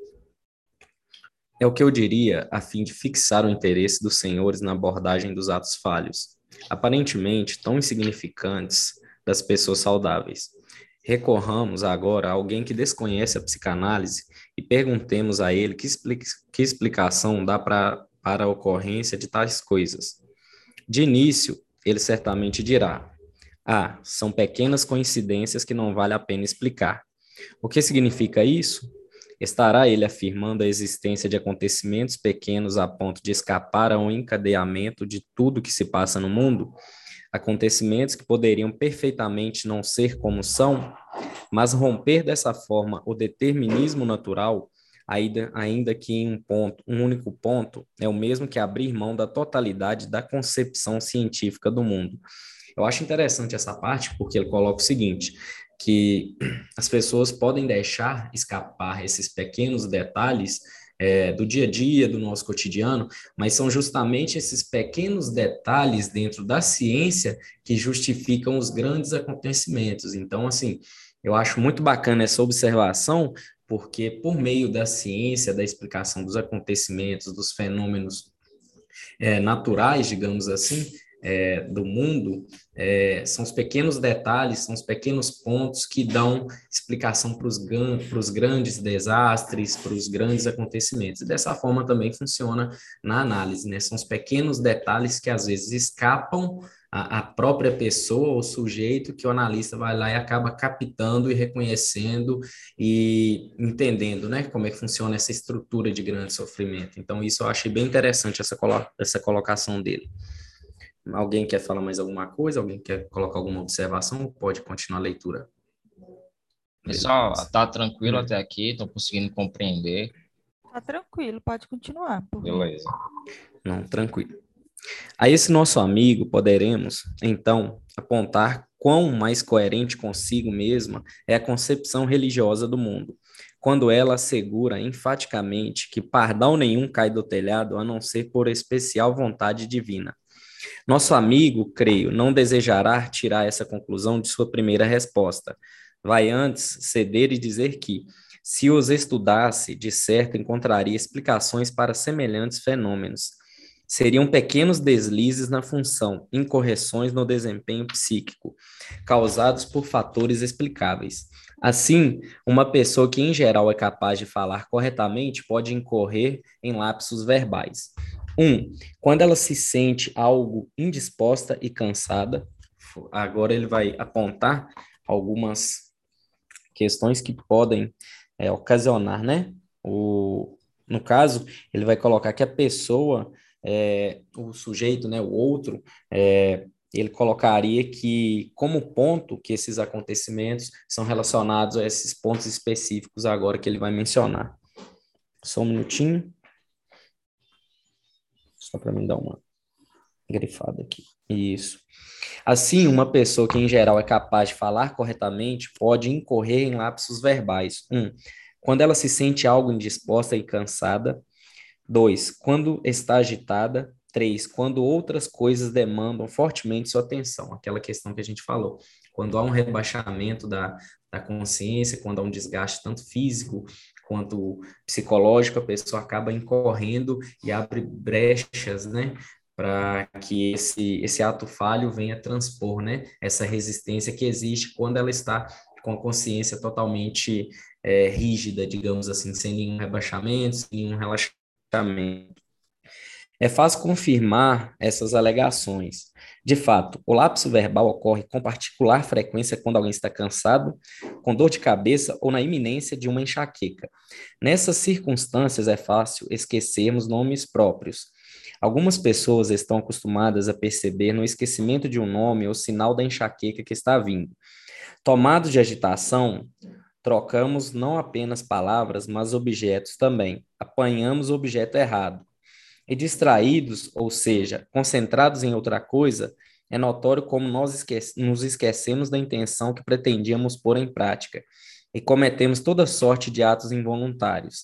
Speaker 5: É o que eu diria a fim de fixar o interesse dos senhores na abordagem dos atos falhos, aparentemente tão insignificantes das pessoas saudáveis. Recorramos agora a alguém que desconhece a psicanálise e perguntemos a ele que, explica, que explicação dá pra, para a ocorrência de tais coisas. De início, ele certamente dirá: ah, são pequenas coincidências que não vale a pena explicar. O que significa isso? Estará ele afirmando a existência de acontecimentos pequenos a ponto de escapar ao encadeamento de tudo que se passa no mundo? Acontecimentos que poderiam perfeitamente não ser como são, mas romper dessa forma o determinismo natural, ainda, ainda que em um ponto, um único ponto, é o mesmo que abrir mão da totalidade da concepção científica do mundo. Eu acho interessante essa parte porque ele coloca o seguinte, que as pessoas podem deixar escapar esses pequenos detalhes é, do dia a dia, do nosso cotidiano, mas são justamente esses pequenos detalhes dentro da ciência que justificam os grandes acontecimentos. Então, assim, eu acho muito bacana essa observação, porque por meio da ciência, da explicação dos acontecimentos, dos fenômenos é, naturais, digamos assim, é, do mundo, é, são os pequenos detalhes, são os pequenos pontos que dão explicação para os grandes desastres, para os grandes acontecimentos. E dessa forma também funciona na análise, né? São os pequenos detalhes que às vezes escapam a, a própria pessoa, o sujeito, que o analista vai lá e acaba captando e reconhecendo e entendendo, né, como é que funciona essa estrutura de grande sofrimento. Então, isso eu achei bem interessante, essa, colo essa colocação dele. Alguém quer falar mais alguma coisa? Alguém quer colocar alguma observação? Pode continuar a leitura.
Speaker 1: Pessoal, tá tranquilo
Speaker 5: Hum.
Speaker 1: até aqui? Estão conseguindo compreender?
Speaker 2: Tá tranquilo, pode continuar. Por mim.
Speaker 1: Beleza.
Speaker 5: Não, tranquilo. A esse nosso amigo poderemos, então, apontar quão mais coerente consigo mesma é a concepção religiosa do mundo, quando ela assegura enfaticamente que pardal nenhum cai do telhado a não ser por especial vontade divina. Nosso amigo, creio, não desejará tirar essa conclusão de sua primeira resposta. Vai antes ceder e dizer que, se os estudasse, de certo encontraria explicações para semelhantes fenômenos. Seriam pequenos deslizes na função, incorreções no desempenho psíquico, causados por fatores explicáveis. Assim, uma pessoa que em geral é capaz de falar corretamente pode incorrer em lapsos verbais. Um, quando ela se sente algo indisposta e cansada, agora ele vai apontar algumas questões que podem é, ocasionar, né? O, no caso, ele vai colocar que a pessoa, é, o sujeito, né, o outro, é, ele colocaria que, como ponto, que esses acontecimentos são relacionados a esses pontos específicos agora que ele vai mencionar. Só um minutinho. Só para mim dar uma grifada aqui. Isso. Assim, uma pessoa que, em geral, é capaz de falar corretamente pode incorrer em lapsos verbais. Um, quando ela se sente algo indisposta e cansada. Dois, quando está agitada. Três, quando outras coisas demandam fortemente sua atenção. Aquela questão que a gente falou. Quando há um rebaixamento da, da consciência, quando há um desgaste tanto físico quanto psicológico, a pessoa acaba incorrendo e abre brechas, né, para que esse, esse ato falho venha transpor, né, essa resistência que existe quando ela está com a consciência totalmente é, rígida, digamos assim, sem nenhum rebaixamento, sem nenhum relaxamento. É fácil confirmar essas alegações. De fato, o lapso verbal ocorre com particular frequência quando alguém está cansado, com dor de cabeça ou na iminência de uma enxaqueca. Nessas circunstâncias, é fácil esquecermos nomes próprios. Algumas pessoas estão acostumadas a perceber no esquecimento de um nome o sinal da enxaqueca que está vindo. Tomados de agitação, trocamos não apenas palavras, mas objetos também. Apanhamos o objeto errado. E distraídos, ou seja, concentrados em outra coisa, é notório como nós esquece, nos esquecemos da intenção que pretendíamos pôr em prática e cometemos toda sorte de atos involuntários.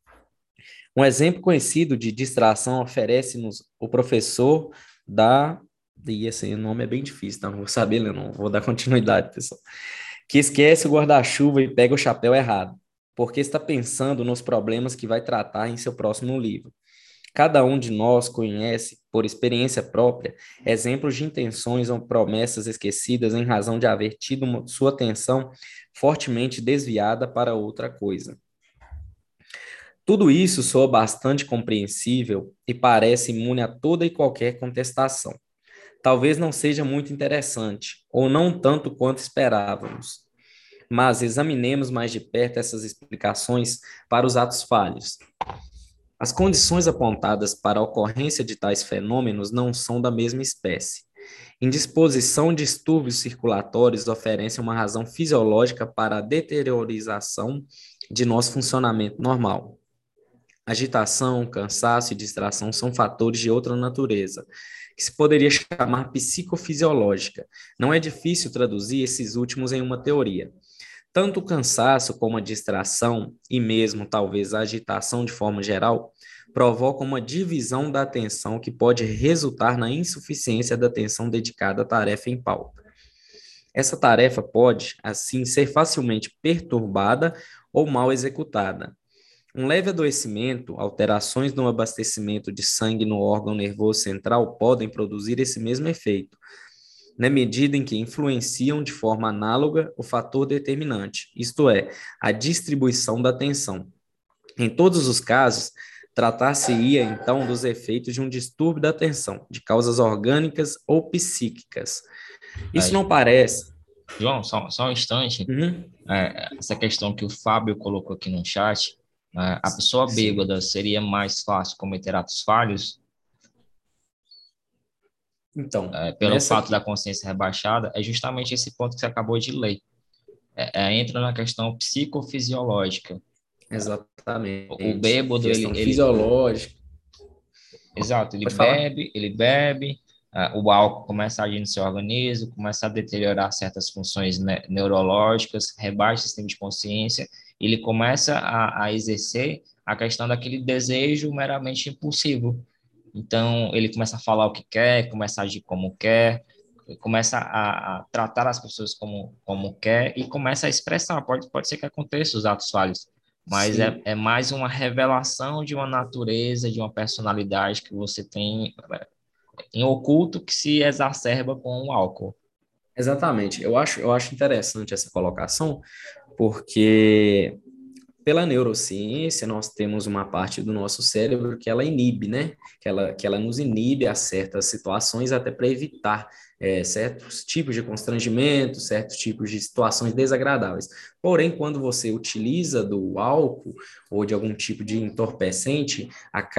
Speaker 5: Um exemplo conhecido de distração oferece-nos o professor da... E assim, o nome é bem difícil, tá? Não vou saber, não vou dar continuidade, pessoal. Que esquece o guarda-chuva e pega o chapéu errado, porque está pensando nos problemas que vai tratar em seu próximo livro. Cada um de nós conhece, por experiência própria, exemplos de intenções ou promessas esquecidas em razão de haver tido sua atenção fortemente desviada para outra coisa. Tudo isso soa bastante compreensível e parece imune a toda e qualquer contestação. Talvez não seja muito interessante, ou não tanto quanto esperávamos, mas examinemos mais de perto essas explicações para os atos falhos. As condições apontadas para a ocorrência de tais fenômenos não são da mesma espécie. Indisposição de distúrbios circulatórios oferece uma razão fisiológica para a deteriorização de nosso funcionamento normal. Agitação, cansaço e distração são fatores de outra natureza, que se poderia chamar psicofisiológica. Não é difícil traduzir esses últimos em uma teoria. Tanto o cansaço como a distração, e mesmo talvez a agitação de forma geral, provocam uma divisão da atenção que pode resultar na insuficiência da atenção dedicada à tarefa em pauta. Essa tarefa pode, assim, ser facilmente perturbada ou mal executada. Um leve adoecimento, alterações no abastecimento de sangue no órgão nervoso central podem produzir esse mesmo efeito, na medida em que influenciam de forma análoga o fator determinante, isto é, a distribuição da tensão. Em todos os casos, tratar-se-ia, então, dos efeitos de um distúrbio da atenção, de causas orgânicas ou psíquicas. Isso
Speaker 1: Aí,
Speaker 5: não parece...
Speaker 1: João, só, só um instante.
Speaker 5: Uhum.
Speaker 1: É, essa questão que o Fábio colocou aqui no chat, né, a pessoa
Speaker 5: Sim.
Speaker 1: bêbada seria mais fácil cometer atos falhos,
Speaker 5: Então,
Speaker 1: é, pelo
Speaker 5: nessa
Speaker 1: fato da
Speaker 5: aqui,
Speaker 1: consciência rebaixada, é justamente esse ponto que você acabou de ler. É, é, entra na questão psicofisiológica. O, o
Speaker 5: exatamente,
Speaker 1: bêbado, ele,
Speaker 5: questão
Speaker 1: ele,
Speaker 5: fisiológica,
Speaker 1: exato, ele
Speaker 5: pode falar.
Speaker 1: bebe, ele bebe, ah, o álcool começa a agir no seu organismo, começa a deteriorar certas funções ne- neurológicas, rebaixa o sistema de consciência, ele começa a, a exercer a questão daquele desejo meramente impulsivo. Então, ele começa a falar o que quer, começa a agir como quer, começa a, a tratar as pessoas como, como quer e começa a expressar. Pode, pode ser que aconteça os atos falhos, mas é,
Speaker 5: Sim,
Speaker 1: é mais uma revelação de uma natureza, de uma personalidade que você tem é, em oculto que se exacerba com o álcool.
Speaker 5: exatamente. Eu acho, eu acho interessante essa colocação, porque pela neurociência, nós temos uma parte do nosso cérebro que ela inibe, né? Que ela, que ela nos inibe a certas situações até para evitar é, certos tipos de constrangimento, certos tipos de situações desagradáveis. Porém, quando você utiliza do álcool ou de algum tipo de entorpecente,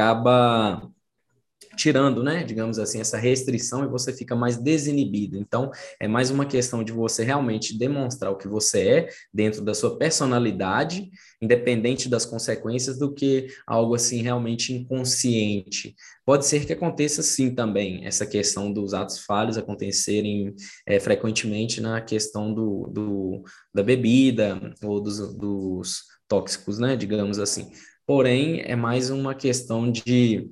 Speaker 5: acaba tirando, né, digamos assim, essa restrição e você fica mais desinibido. Então, é mais uma questão de você realmente demonstrar o que você é dentro da sua personalidade, independente das consequências, do que algo assim realmente inconsciente. Pode ser que aconteça sim também essa questão dos atos falhos acontecerem é, frequentemente na questão do, do, da bebida ou dos, dos tóxicos, né, digamos assim. Porém, é mais uma questão de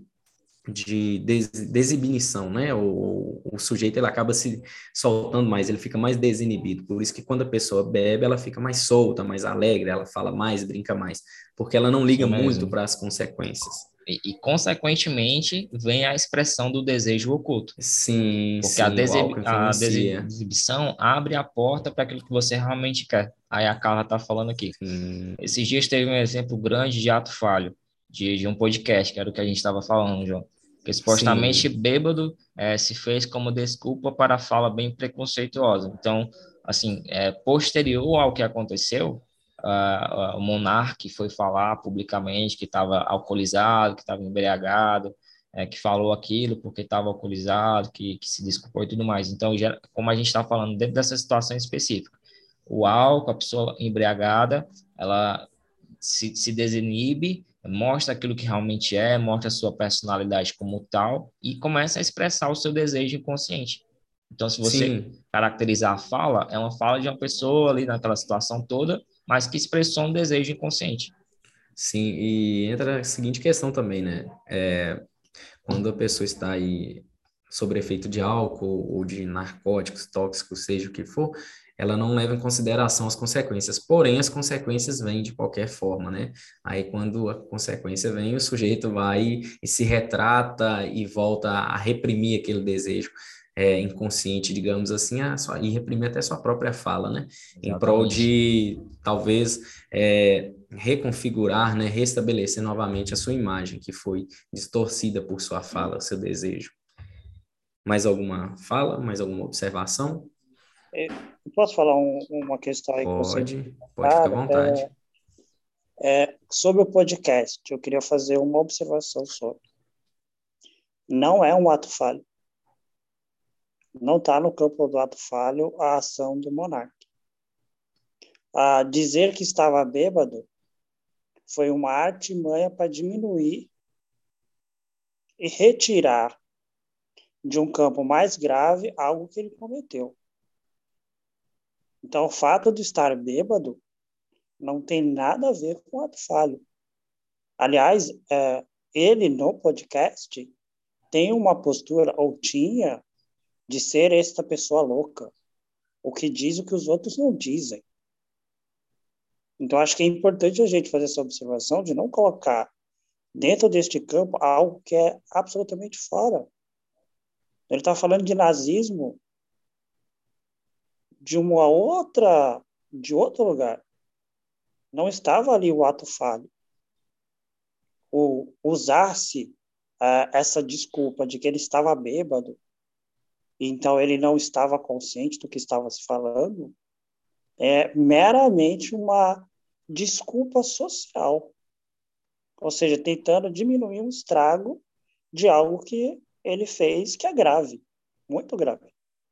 Speaker 5: de des, desinibição, né? O, o sujeito ele acaba se soltando mais, ele fica mais desinibido. Por isso que quando a pessoa bebe, ela fica mais solta, mais alegre, ela fala mais, brinca mais, porque ela não
Speaker 1: Isso
Speaker 5: liga muito
Speaker 1: mesmo.
Speaker 5: para as consequências.
Speaker 1: E, e, consequentemente, vem a expressão do desejo oculto.
Speaker 5: Sim,
Speaker 1: Porque a,
Speaker 5: sim, o
Speaker 1: desebi
Speaker 5: álcool
Speaker 1: a
Speaker 5: influencia.
Speaker 1: desexibição abre a porta para aquilo que você realmente quer. Aí a Carla está falando aqui.
Speaker 5: Sim,
Speaker 1: Esses dias teve um exemplo grande de ato falho, de, de um podcast, que era o que a gente estava falando, João. Que supostamente
Speaker 5: sim,
Speaker 1: bêbado é, se fez como desculpa para a fala bem preconceituosa. Então, assim, é, posterior ao que aconteceu, uh, uh, o monarca foi falar publicamente que estava alcoolizado, que estava embriagado, é, que falou aquilo porque estava alcoolizado, que, que se desculpou e tudo mais. Então, já, como a gente está falando dentro dessa situação específica, o álcool, a pessoa embriagada, ela se, se desinibe, mostra aquilo que realmente é, mostra a sua personalidade como tal e começa a expressar o seu desejo inconsciente. Então, se você
Speaker 5: sim,
Speaker 1: caracterizar a fala, é uma fala de uma pessoa ali naquela situação toda, mas que expressou um desejo inconsciente.
Speaker 5: sim. E entra a seguinte questão também, né? É, quando a pessoa está aí sob efeito de álcool ou de narcóticos, tóxicos, seja o que for, ela não leva em consideração as consequências. Porém, as consequências vêm de qualquer forma, né? Aí, quando a consequência vem, o sujeito vai e se retrata e volta a reprimir aquele desejo. É, inconsciente, digamos assim, a sua, e reprimir até sua própria fala, né? Em prol
Speaker 1: Exatamente.
Speaker 5: de, talvez, é, reconfigurar, né? Restabelecer novamente a sua imagem, que foi distorcida por sua fala, seu desejo. Mais alguma fala? Mais alguma observação?
Speaker 6: Eu posso falar um, uma questão aí que você
Speaker 5: Pode, pode ficar à
Speaker 6: cara,
Speaker 5: vontade.
Speaker 6: é, é, sobre o podcast, eu queria fazer uma observação sobre. Não é um ato falho. Não está no campo do ato falho a ação do monarca. A dizer que estava bêbado foi uma artimanha para diminuir e retirar de um campo mais grave algo que ele cometeu. Então, o fato de estar bêbado não tem nada a ver com ato falho. Aliás, é, ele no podcast tem uma postura, ou tinha, de ser esta pessoa louca, o que diz o que os outros não dizem. Então, acho que é importante a gente fazer essa observação de não colocar dentro deste campo algo que é absolutamente fora. Ele está falando de nazismo de uma outra, de outro lugar. Não estava ali o ato falho. O usar-se uh, essa desculpa de que ele estava bêbado, então ele não estava consciente do que estava se falando, é meramente uma desculpa social. Ou seja, tentando diminuir um estrago de algo que ele fez que é grave, muito grave.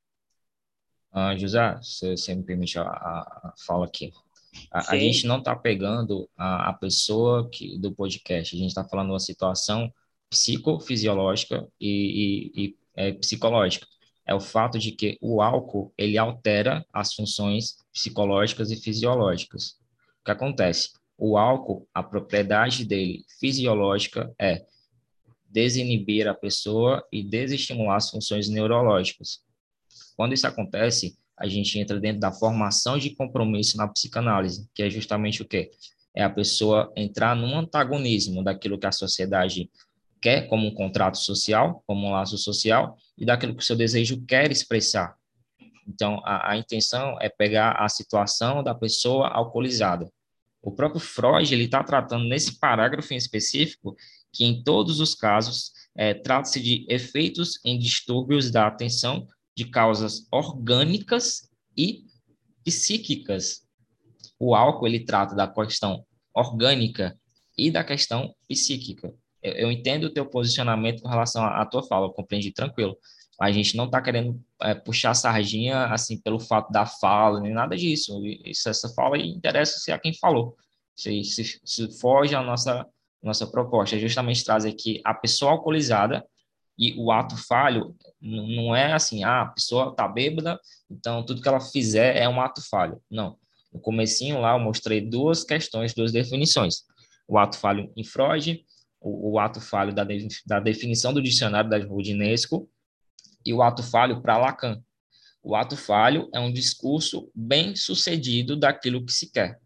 Speaker 1: Ah, José, se você me permite a, a, a fala aqui. A, a gente
Speaker 6: Sim,
Speaker 1: não está pegando a, a pessoa que, do podcast, a gente está falando uma situação psicofisiológica e, e, e é, psicológica. É o fato de que o álcool, ele altera as funções psicológicas e fisiológicas. O que acontece? O álcool, a propriedade dele fisiológica é desinibir a pessoa e desestimular as funções neurológicas. Quando isso acontece, a gente entra dentro da formação de compromisso na psicanálise, que é justamente o quê? É a pessoa entrar num antagonismo daquilo que a sociedade quer como um contrato social, como um laço social, e daquilo que o seu desejo quer expressar. Então, a, a intenção é pegar a situação da pessoa alcoolizada. O próprio Freud, ele está tratando nesse parágrafo em específico que em todos os casos é, trata-se de efeitos em distúrbios da atenção de causas orgânicas e psíquicas. O álcool, ele trata da questão orgânica e da questão psíquica. Eu, eu entendo o teu posicionamento com relação à, à tua fala, eu compreendi tranquilo. A gente não está querendo é, puxar a sardinha assim pelo fato da fala, nem nada disso. Isso, essa fala interessa se a quem falou. Se, se, se foge à nossa, nossa proposta. É justamente trazer que a pessoa alcoolizada e o ato falho não é assim, ah, a pessoa está bêbada, então tudo que ela fizer é um ato falho. Não. No comecinho lá eu mostrei duas questões, duas definições. O ato falho em Freud, o, o ato falho da, de, da definição do dicionário da Rudinesco e o ato falho para Lacan. O ato falho é um discurso bem sucedido daquilo que se quer.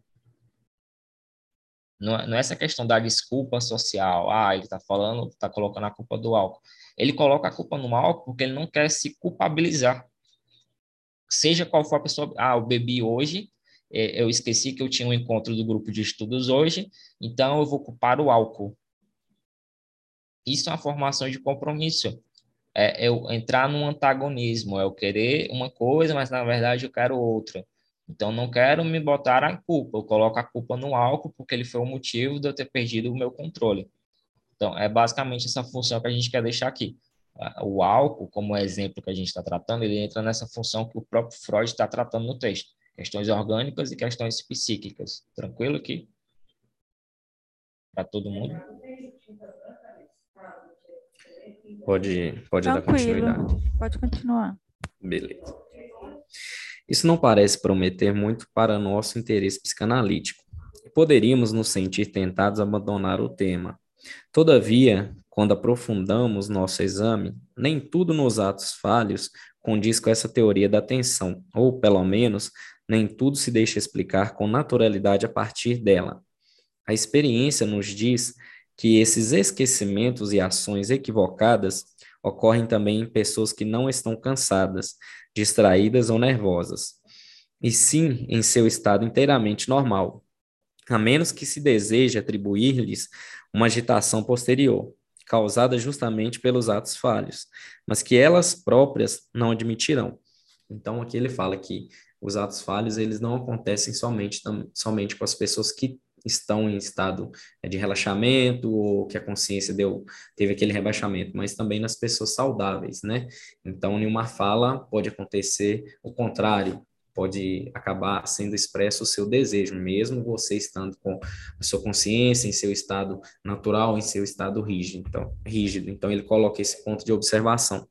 Speaker 1: Não é, não é essa questão da desculpa social. Ah, ele está falando, está colocando a culpa do álcool. Ele coloca a culpa no álcool porque ele não quer se culpabilizar. Seja qual for a pessoa. Ah, eu bebi hoje, eu esqueci que eu tinha um encontro do grupo de estudos hoje, então eu vou culpar o álcool. Isso é uma formação de compromisso. É eu entrar num antagonismo, é eu querer uma coisa, mas na verdade eu quero outra. Então, não quero me botar a culpa, eu coloco a culpa no álcool porque ele foi o motivo de eu ter perdido o meu controle. Então, é basicamente essa função que a gente quer deixar aqui. O álcool, como exemplo que a gente está tratando, ele entra nessa função que o próprio Freud está tratando no texto. Questões orgânicas e questões psíquicas. Tranquilo aqui? Para todo mundo?
Speaker 5: Pode, pode dar
Speaker 2: Tranquilo,
Speaker 5: continuidade.
Speaker 2: pode continuar.
Speaker 5: Beleza. Isso não parece prometer muito para nosso interesse psicanalítico. Poderíamos nos sentir tentados a abandonar o tema. Todavia, quando aprofundamos nosso exame, nem tudo nos atos falhos condiz com essa teoria da atenção, ou, pelo menos, nem tudo se deixa explicar com naturalidade a partir dela. A experiência nos diz que esses esquecimentos e ações equivocadas ocorrem também em pessoas que não estão cansadas, distraídas ou nervosas, e sim em seu estado inteiramente normal, a menos que se deseje atribuir-lhes uma agitação posterior, causada justamente pelos atos falhos, mas que elas próprias não admitirão. Então, aqui ele fala que os atos falhos, eles não acontecem somente, somente com as pessoas que estão em estado de relaxamento ou que a consciência deu, teve aquele rebaixamento, mas também nas pessoas saudáveis, né? Então, em uma fala pode acontecer o contrário, pode acabar sendo expresso o seu desejo, mesmo você estando com a sua consciência em seu estado natural, em seu estado rígido. Então, rígido. Então ele coloca esse ponto de observação.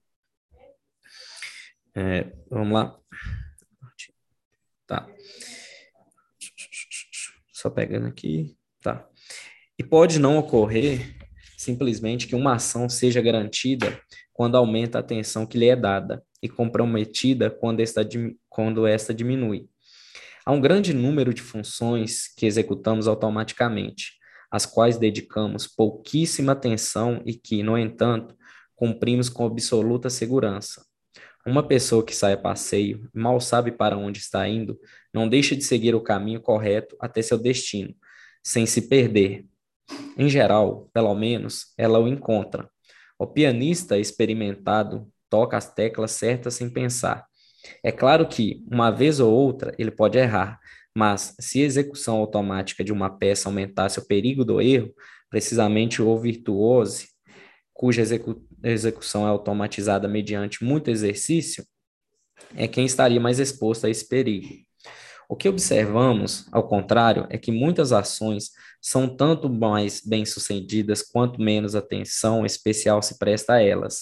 Speaker 5: É, vamos lá. Tá. Só pegando aqui. Tá. E pode não ocorrer simplesmente que uma ação seja garantida quando aumenta a atenção que lhe é dada e comprometida quando esta, quando esta diminui. Há um grande número de funções que executamos automaticamente, às quais dedicamos pouquíssima atenção e que, no entanto, cumprimos com absoluta segurança. Uma pessoa que sai a passeio e mal sabe para onde está indo, não deixa de seguir o caminho correto até seu destino, sem se perder. Em geral, pelo menos, ela o encontra. O pianista experimentado toca as teclas certas sem pensar. É claro que, uma vez ou outra, ele pode errar, mas se a execução automática de uma peça aumentasse o perigo do erro, precisamente o virtuoso, cuja execu execução é automatizada mediante muito exercício, é quem estaria mais exposto a esse perigo. O que observamos, ao contrário, é que muitas ações são tanto mais bem-sucedidas quanto menos atenção especial se presta a elas.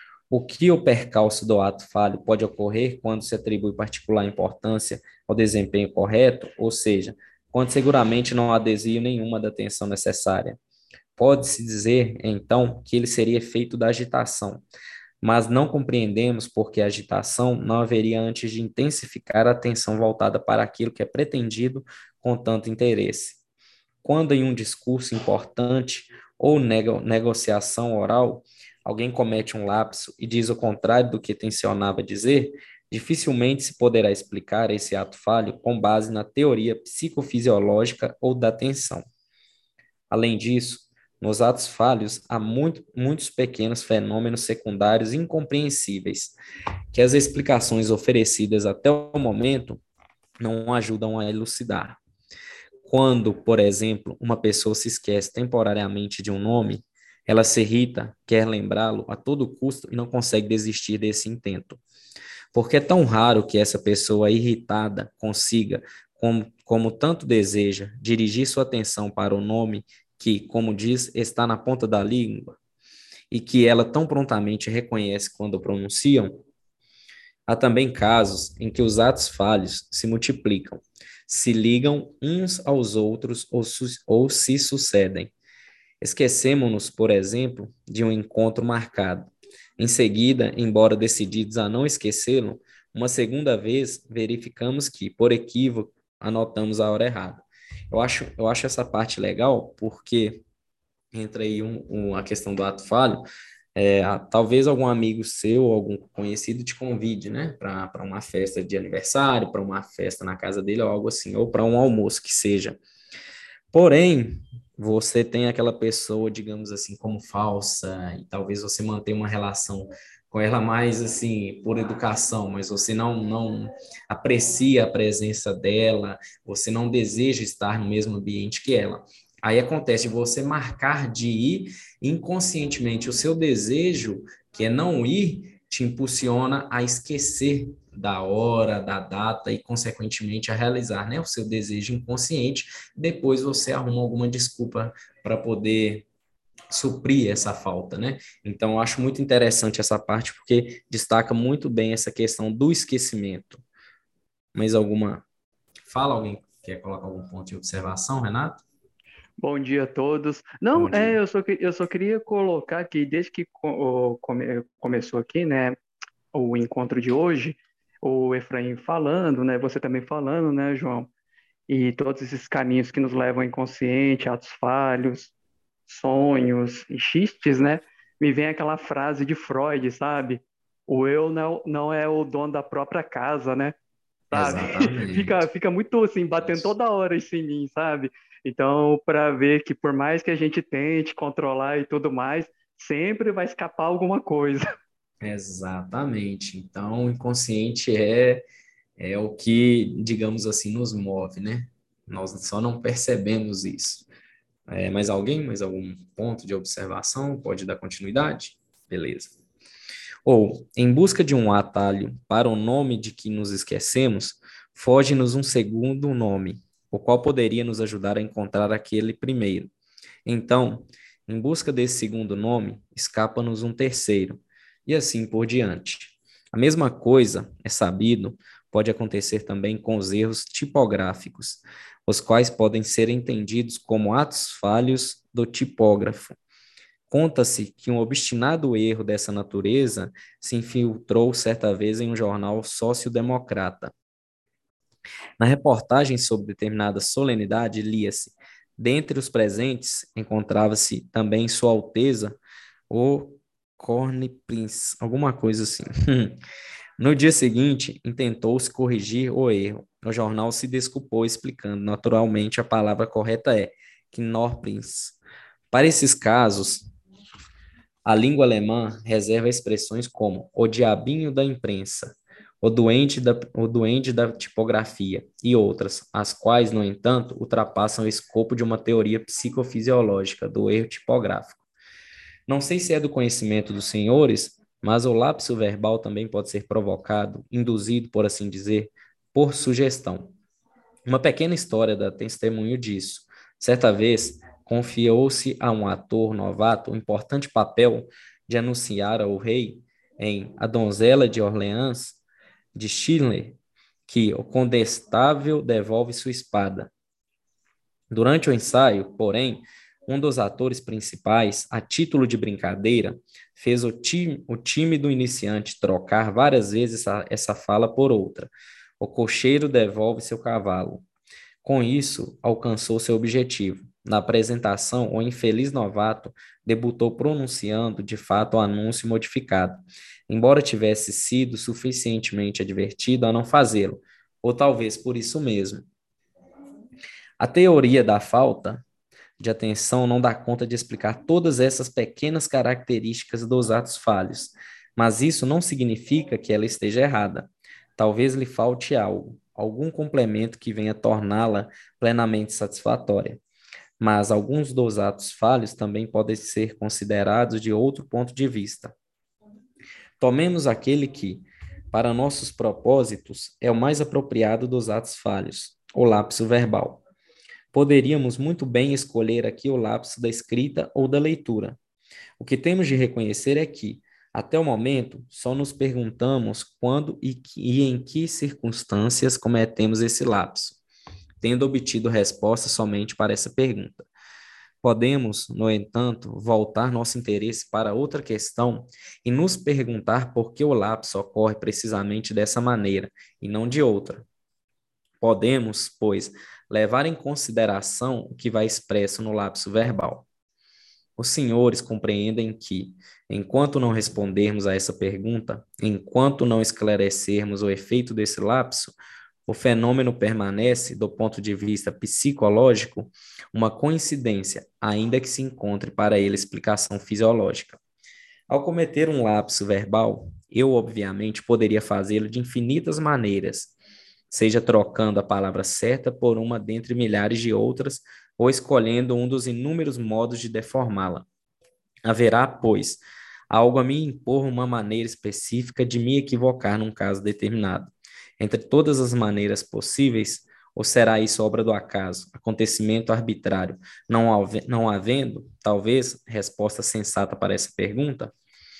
Speaker 5: O que o percalço do ato falho pode ocorrer quando se atribui particular importância ao desempenho correto, ou seja, quando seguramente não há desvio nenhuma da atenção necessária. Pode-se dizer, então, que ele seria efeito da agitação, mas não compreendemos porque a agitação não haveria antes de intensificar a atenção voltada para aquilo que é pretendido com tanto interesse. Quando em um discurso importante ou nego negociação oral, alguém comete um lapso e diz o contrário do que tensionava dizer, dificilmente se poderá explicar esse ato falho com base na teoria psicofisiológica ou da atenção. Além disso, nos atos falhos há muito, muitos pequenos fenômenos secundários incompreensíveis, que as explicações oferecidas até o momento não ajudam a elucidar. Quando, por exemplo, uma pessoa se esquece temporariamente de um nome, ela se irrita, quer lembrá-lo a todo custo e não consegue desistir desse intento. Porque é tão raro que essa pessoa irritada consiga, como, como tanto deseja, dirigir sua atenção para o nome que, como diz, está na ponta da língua e que ela tão prontamente reconhece quando pronunciam. Há também casos em que os atos falhos se multiplicam, se ligam uns aos outros ou, ou se sucedem. Esquecemos-nos, por exemplo, de um encontro marcado. Em seguida, embora decididos a não esquecê-lo, uma segunda vez verificamos que, por equívoco, anotamos a hora errada. Eu acho, eu acho essa parte legal porque entra aí um, um, a questão do ato falho. É, a, talvez algum amigo seu ou algum conhecido te convide, né, para uma festa de aniversário, para uma festa na casa dele ou algo assim, ou para um almoço que seja. Porém, você tem aquela pessoa, digamos assim, como falsa, e talvez você mantenha uma relação com ela mais assim, por educação, mas você não, não aprecia a presença dela, você não deseja estar no mesmo ambiente que ela. Aí acontece de você marcar de ir, inconscientemente o seu desejo, que é não ir, te impulsiona a esquecer da hora, da data e, consequentemente, a realizar, né, o seu desejo inconsciente. Depois você arruma alguma desculpa para poder suprir essa falta, né? Então, eu acho muito interessante essa parte, porque destaca muito bem essa questão do esquecimento. Mais alguma fala? Alguém quer colocar algum ponto de observação, Renato?
Speaker 7: Bom dia a todos. Não,
Speaker 5: Bom dia.
Speaker 7: é, eu só, que- eu só queria colocar que desde que co- o- come- começou aqui, né, o encontro de hoje, o Efraim falando, né, você também falando, né, João, e todos esses caminhos que nos levam ao inconsciente, atos falhos, sonhos e xistes, né, me vem aquela frase de Freud, sabe? O eu não, não é o dono da própria casa, né? Sabe? Fica,
Speaker 5: Exatamente.
Speaker 7: fica muito assim, batendo
Speaker 5: Isso.
Speaker 7: toda hora isso em mim, sabe? Então, para ver que por mais que a gente tente controlar e tudo mais, sempre vai escapar alguma coisa.
Speaker 5: Exatamente. Então, o inconsciente é, é o que, digamos assim, nos move, né? Nós só não percebemos isso. É, mais alguém? Mais algum ponto de observação? Pode dar continuidade? Beleza. Ou, em busca de um atalho para o nome de que nos esquecemos, foge-nos um segundo nome, o qual poderia nos ajudar a encontrar aquele primeiro. Então, em busca desse segundo nome, escapa-nos um terceiro, e assim por diante. A mesma coisa, é sabido, pode acontecer também com os erros tipográficos, os quais podem ser entendidos como atos falhos do tipógrafo. Conta-se que um obstinado erro dessa natureza se infiltrou certa vez em um jornal social-democrata. Na reportagem sobre determinada solenidade, lia-se: dentre os presentes encontrava-se também Sua Alteza, o Corne Prince, alguma coisa assim. No dia seguinte, intentou-se corrigir o erro. O jornal se desculpou, explicando: naturalmente, a palavra correta é Knorprinz. Para esses casos, a língua alemã reserva expressões como o diabinho da imprensa, o doente da, o duende da tipografia e outras, as quais, no entanto, ultrapassam o escopo de uma teoria psicofisiológica do erro tipográfico. Não sei se é do conhecimento dos senhores, mas o lapso verbal também pode ser provocado, induzido, por assim dizer, por sugestão. Uma pequena história dá testemunho disso. Certa vez, confiou-se a um ator novato o importante papel de anunciar ao rei, em A Donzela de Orleans, de Schiller, que o condestável devolve sua espada. Durante o ensaio, porém, um dos atores principais, a título de brincadeira, fez o, time, o tímido iniciante trocar várias vezes essa, essa fala por outra. O cocheiro devolve seu cavalo. Com isso, alcançou seu objetivo. Na apresentação, o infeliz novato debutou pronunciando, de fato, o anúncio modificado, embora tivesse sido suficientemente advertido a não fazê-lo, ou talvez por isso mesmo. A teoria da falta de atenção não dá conta de explicar todas essas pequenas características dos atos falhos, mas isso não significa que ela esteja errada. Talvez lhe falte algo, algum complemento que venha torná-la plenamente satisfatória. Mas alguns dos atos falhos também podem ser considerados de outro ponto de vista. Tomemos aquele que, para nossos propósitos, é o mais apropriado dos atos falhos, o lapso verbal. Poderíamos muito bem escolher aqui o lapso da escrita ou da leitura. O que temos de reconhecer é que, até o momento, só nos perguntamos quando e, que, e em que circunstâncias cometemos esse lapso, tendo obtido resposta somente para essa pergunta. Podemos, no entanto, voltar nosso interesse para outra questão e nos perguntar por que o lapso ocorre precisamente dessa maneira e não de outra. Podemos, pois, levar em consideração o que vai expresso no lapso verbal. Os senhores compreendem que, enquanto não respondermos a essa pergunta, enquanto não esclarecermos o efeito desse lapso, o fenômeno permanece, do ponto de vista psicológico, uma coincidência, ainda que se encontre para ele explicação fisiológica. Ao cometer um lapso verbal, eu, obviamente, poderia fazê-lo de infinitas maneiras, seja trocando a palavra certa por uma dentre milhares de outras, ou escolhendo um dos inúmeros modos de deformá-la. Haverá, pois, algo a me impor uma maneira específica de me equivocar num caso determinado. Entre todas as maneiras possíveis, ou será isso obra do acaso, acontecimento arbitrário, não, have, não havendo, talvez, resposta sensata para essa pergunta?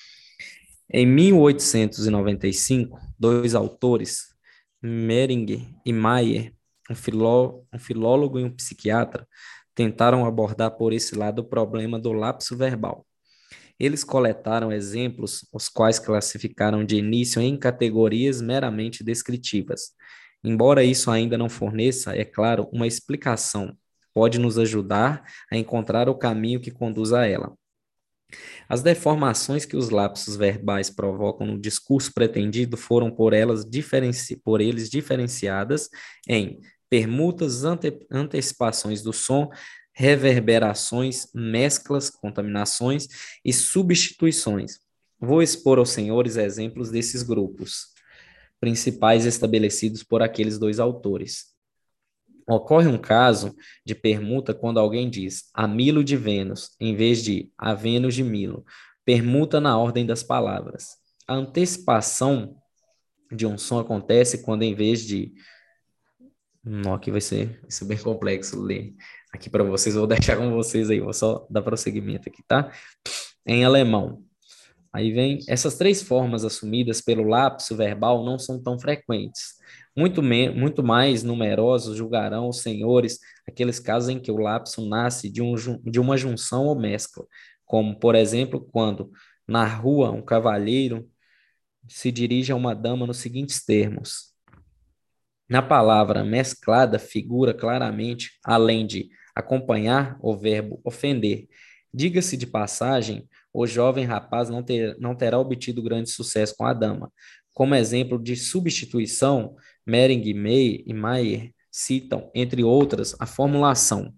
Speaker 5: Em mil oitocentos e noventa e cinco, dois autores, Mehringer e Mayer, um, filó, um filólogo e um psiquiatra, tentaram abordar por esse lado o problema do lapso verbal. Eles coletaram exemplos, os quais classificaram de início em categorias meramente descritivas. Embora isso ainda não forneça, é claro, uma explicação, pode nos ajudar a encontrar o caminho que conduz a ela. As deformações que os lapsos verbais provocam no discurso pretendido foram por, elas diferenci... por eles diferenciadas em permutas, ante... antecipações do som, reverberações, mesclas, contaminações e substituições. Vou expor aos senhores exemplos desses grupos, principais estabelecidos por aqueles dois autores. Ocorre um caso de permuta quando alguém diz a Milo de Vênus, em vez de a Vênus de Milo. Permuta na ordem das palavras. A antecipação de um som acontece quando, em vez de... Não, aqui vai ser, vai ser bem complexo ler aqui para vocês, vou deixar com vocês aí, vou só dar prosseguimento aqui, tá? Em alemão. Aí vem, essas três formas assumidas pelo lapso verbal não são tão frequentes. Muito, me, muito mais numerosos julgarão os senhores aqueles casos em que o lapso nasce de, um, de uma junção ou mescla, como, por exemplo, quando, na rua, um cavalheiro se dirige a uma dama nos seguintes termos: Na palavra mesclada figura claramente, além de acompanhar, o verbo ofender. Diga-se de passagem, o jovem rapaz não, ter, não terá obtido grande sucesso com a dama. Como exemplo de substituição, Mering, May e Mayer citam, entre outras, a formulação: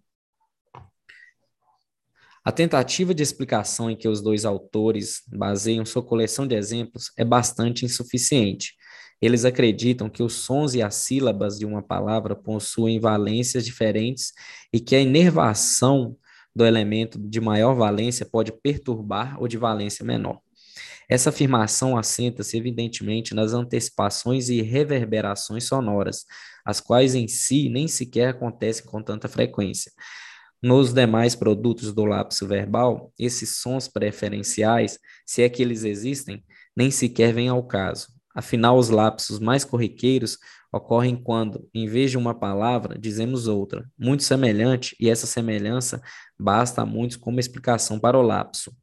Speaker 5: a tentativa de explicação em que os dois autores baseiam sua coleção de exemplos é bastante insuficiente. Eles acreditam que os sons e as sílabas de uma palavra possuem valências diferentes e que a inervação do elemento de maior valência pode perturbar o de valência menor. Essa afirmação assenta-se evidentemente nas antecipações e reverberações sonoras, as quais em si nem sequer acontecem com tanta frequência. Nos demais produtos do lapso verbal, esses sons preferenciais, se é que eles existem, nem sequer vêm ao caso. Afinal, os lapsos mais corriqueiros ocorrem quando, em vez de uma palavra, dizemos outra, muito semelhante, e essa semelhança basta a muitos como explicação para o lapso.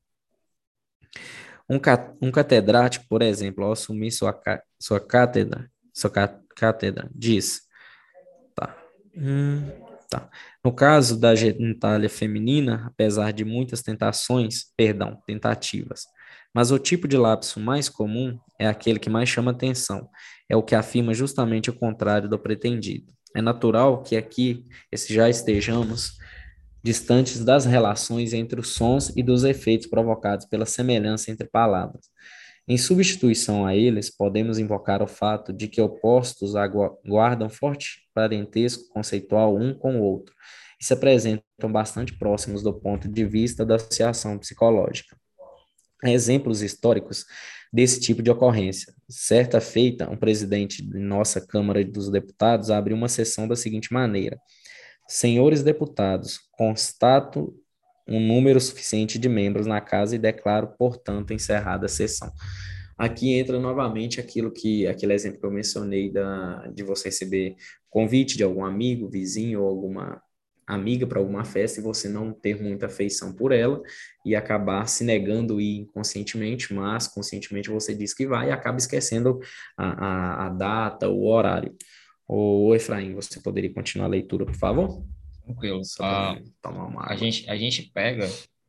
Speaker 5: Um, ca um catedrático, por exemplo, ao assumir sua, sua cátedra, sua cátedra, diz, tá, hum, tá. No caso da genitália feminina, apesar de muitas tentações, perdão, tentativas, mas o tipo de lapso mais comum é aquele que mais chama atenção, é o que afirma justamente o contrário do pretendido. É natural que aqui já estejamos distantes das relações entre os sons e dos efeitos provocados pela semelhança entre palavras. Em substituição a eles, podemos invocar o fato de que opostos guardam forte parentesco conceitual um com o outro e se apresentam bastante próximos do ponto de vista da associação psicológica. Há exemplos históricos desse tipo de ocorrência. Certa feita, um presidente de nossa Câmara dos Deputados abriu uma sessão da seguinte maneira: senhores deputados, constato um número suficiente de membros na casa e declaro, portanto, encerrada a sessão. Aqui entra novamente aquilo que, aquele exemplo que eu mencionei da, de você receber convite de algum amigo, vizinho ou alguma amiga para alguma festa e você não ter muita afeição por ela e acabar se negando ir inconscientemente, mas conscientemente você diz que vai e acaba esquecendo a, a, a data, o horário. Ô, Efraim, você poderia continuar a leitura, por favor?
Speaker 1: Tranquilo.
Speaker 5: Só para
Speaker 1: Uh,
Speaker 5: tomar uma água.
Speaker 1: A gente, a gente pega,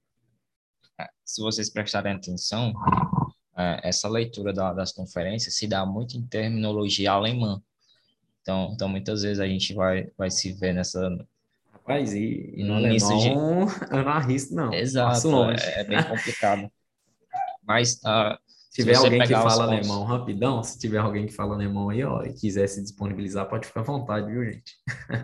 Speaker 1: se vocês prestarem atenção, uh, essa leitura da, das conferências se dá muito em terminologia alemã. Então, então muitas vezes a gente vai, vai se ver nessa...
Speaker 5: Rapaz, e, e no
Speaker 1: nisso de...
Speaker 5: alemão eu não arrisco, não. Passo
Speaker 1: Exato,
Speaker 5: longe.
Speaker 1: é, é bem complicado. Mas uh,
Speaker 5: Se
Speaker 1: se
Speaker 5: tiver
Speaker 1: você
Speaker 5: alguém que
Speaker 1: pegar os
Speaker 5: fala
Speaker 1: pontos...
Speaker 5: alemão rapidão, se tiver alguém que fala alemão aí, ó, e quiser se disponibilizar, pode ficar à vontade, viu, gente?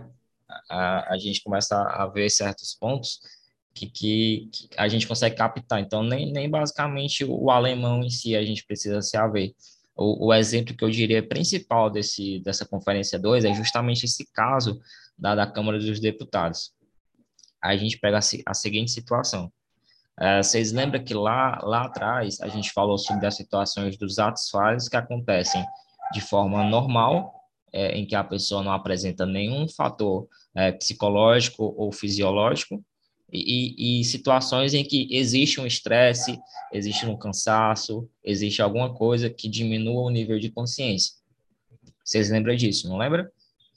Speaker 1: A, a gente começa a ver certos pontos que, que, que a gente consegue captar. Então, nem, nem basicamente o, o alemão em si a gente precisa se haver. O, o exemplo que eu diria principal desse, dessa Conferência dois é justamente esse caso da, da Câmara dos Deputados. Aí a gente pega a, a seguinte situação. É, vocês lembram que lá, lá atrás a gente falou sobre as situações dos atos falhos que acontecem de forma normal, é, em que a pessoa não apresenta nenhum fator é, psicológico ou fisiológico, e, e, e situações em que existe um estresse, existe um cansaço, existe alguma coisa que diminua o nível de consciência. Vocês lembram disso, não lembra?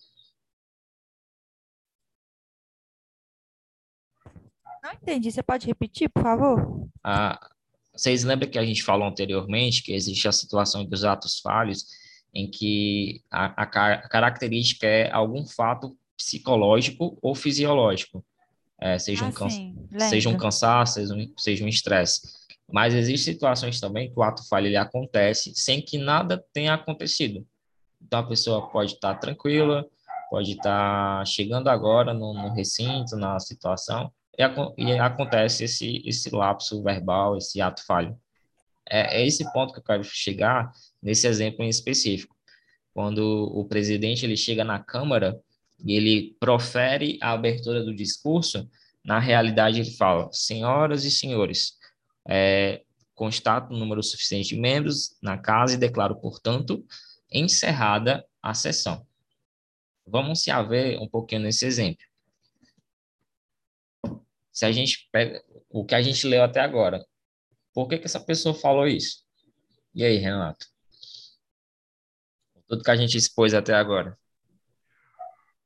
Speaker 2: Não entendi. Você pode repetir, por favor?
Speaker 1: Ah, vocês lembram que a gente falou anteriormente que existe a situação dos atos falhos, em que a, a, a característica é algum fato psicológico ou fisiológico, é, seja,
Speaker 2: Ah,
Speaker 1: um cansa,
Speaker 2: sim,
Speaker 1: seja um
Speaker 2: lembro.
Speaker 1: cansaço, seja um, seja um estresse. Mas existem situações também que o ato falho ele acontece sem que nada tenha acontecido. Então a pessoa pode estar tranquila, pode estar chegando agora no, no recinto, na situação, e, aco- e acontece esse, esse lapso verbal, esse ato falho. É, é esse ponto que eu quero chegar nesse exemplo em específico. Quando o presidente ele chega na Câmara e ele profere a abertura do discurso, na realidade ele fala: senhoras e senhores, é, constato o número suficiente de membros na casa e declaro, portanto, encerrada a sessão. Vamos se haver um pouquinho nesse exemplo. Se a gente pega o que a gente leu até agora, por que que essa pessoa falou isso? E aí, Renato? Tudo que a gente expôs até agora.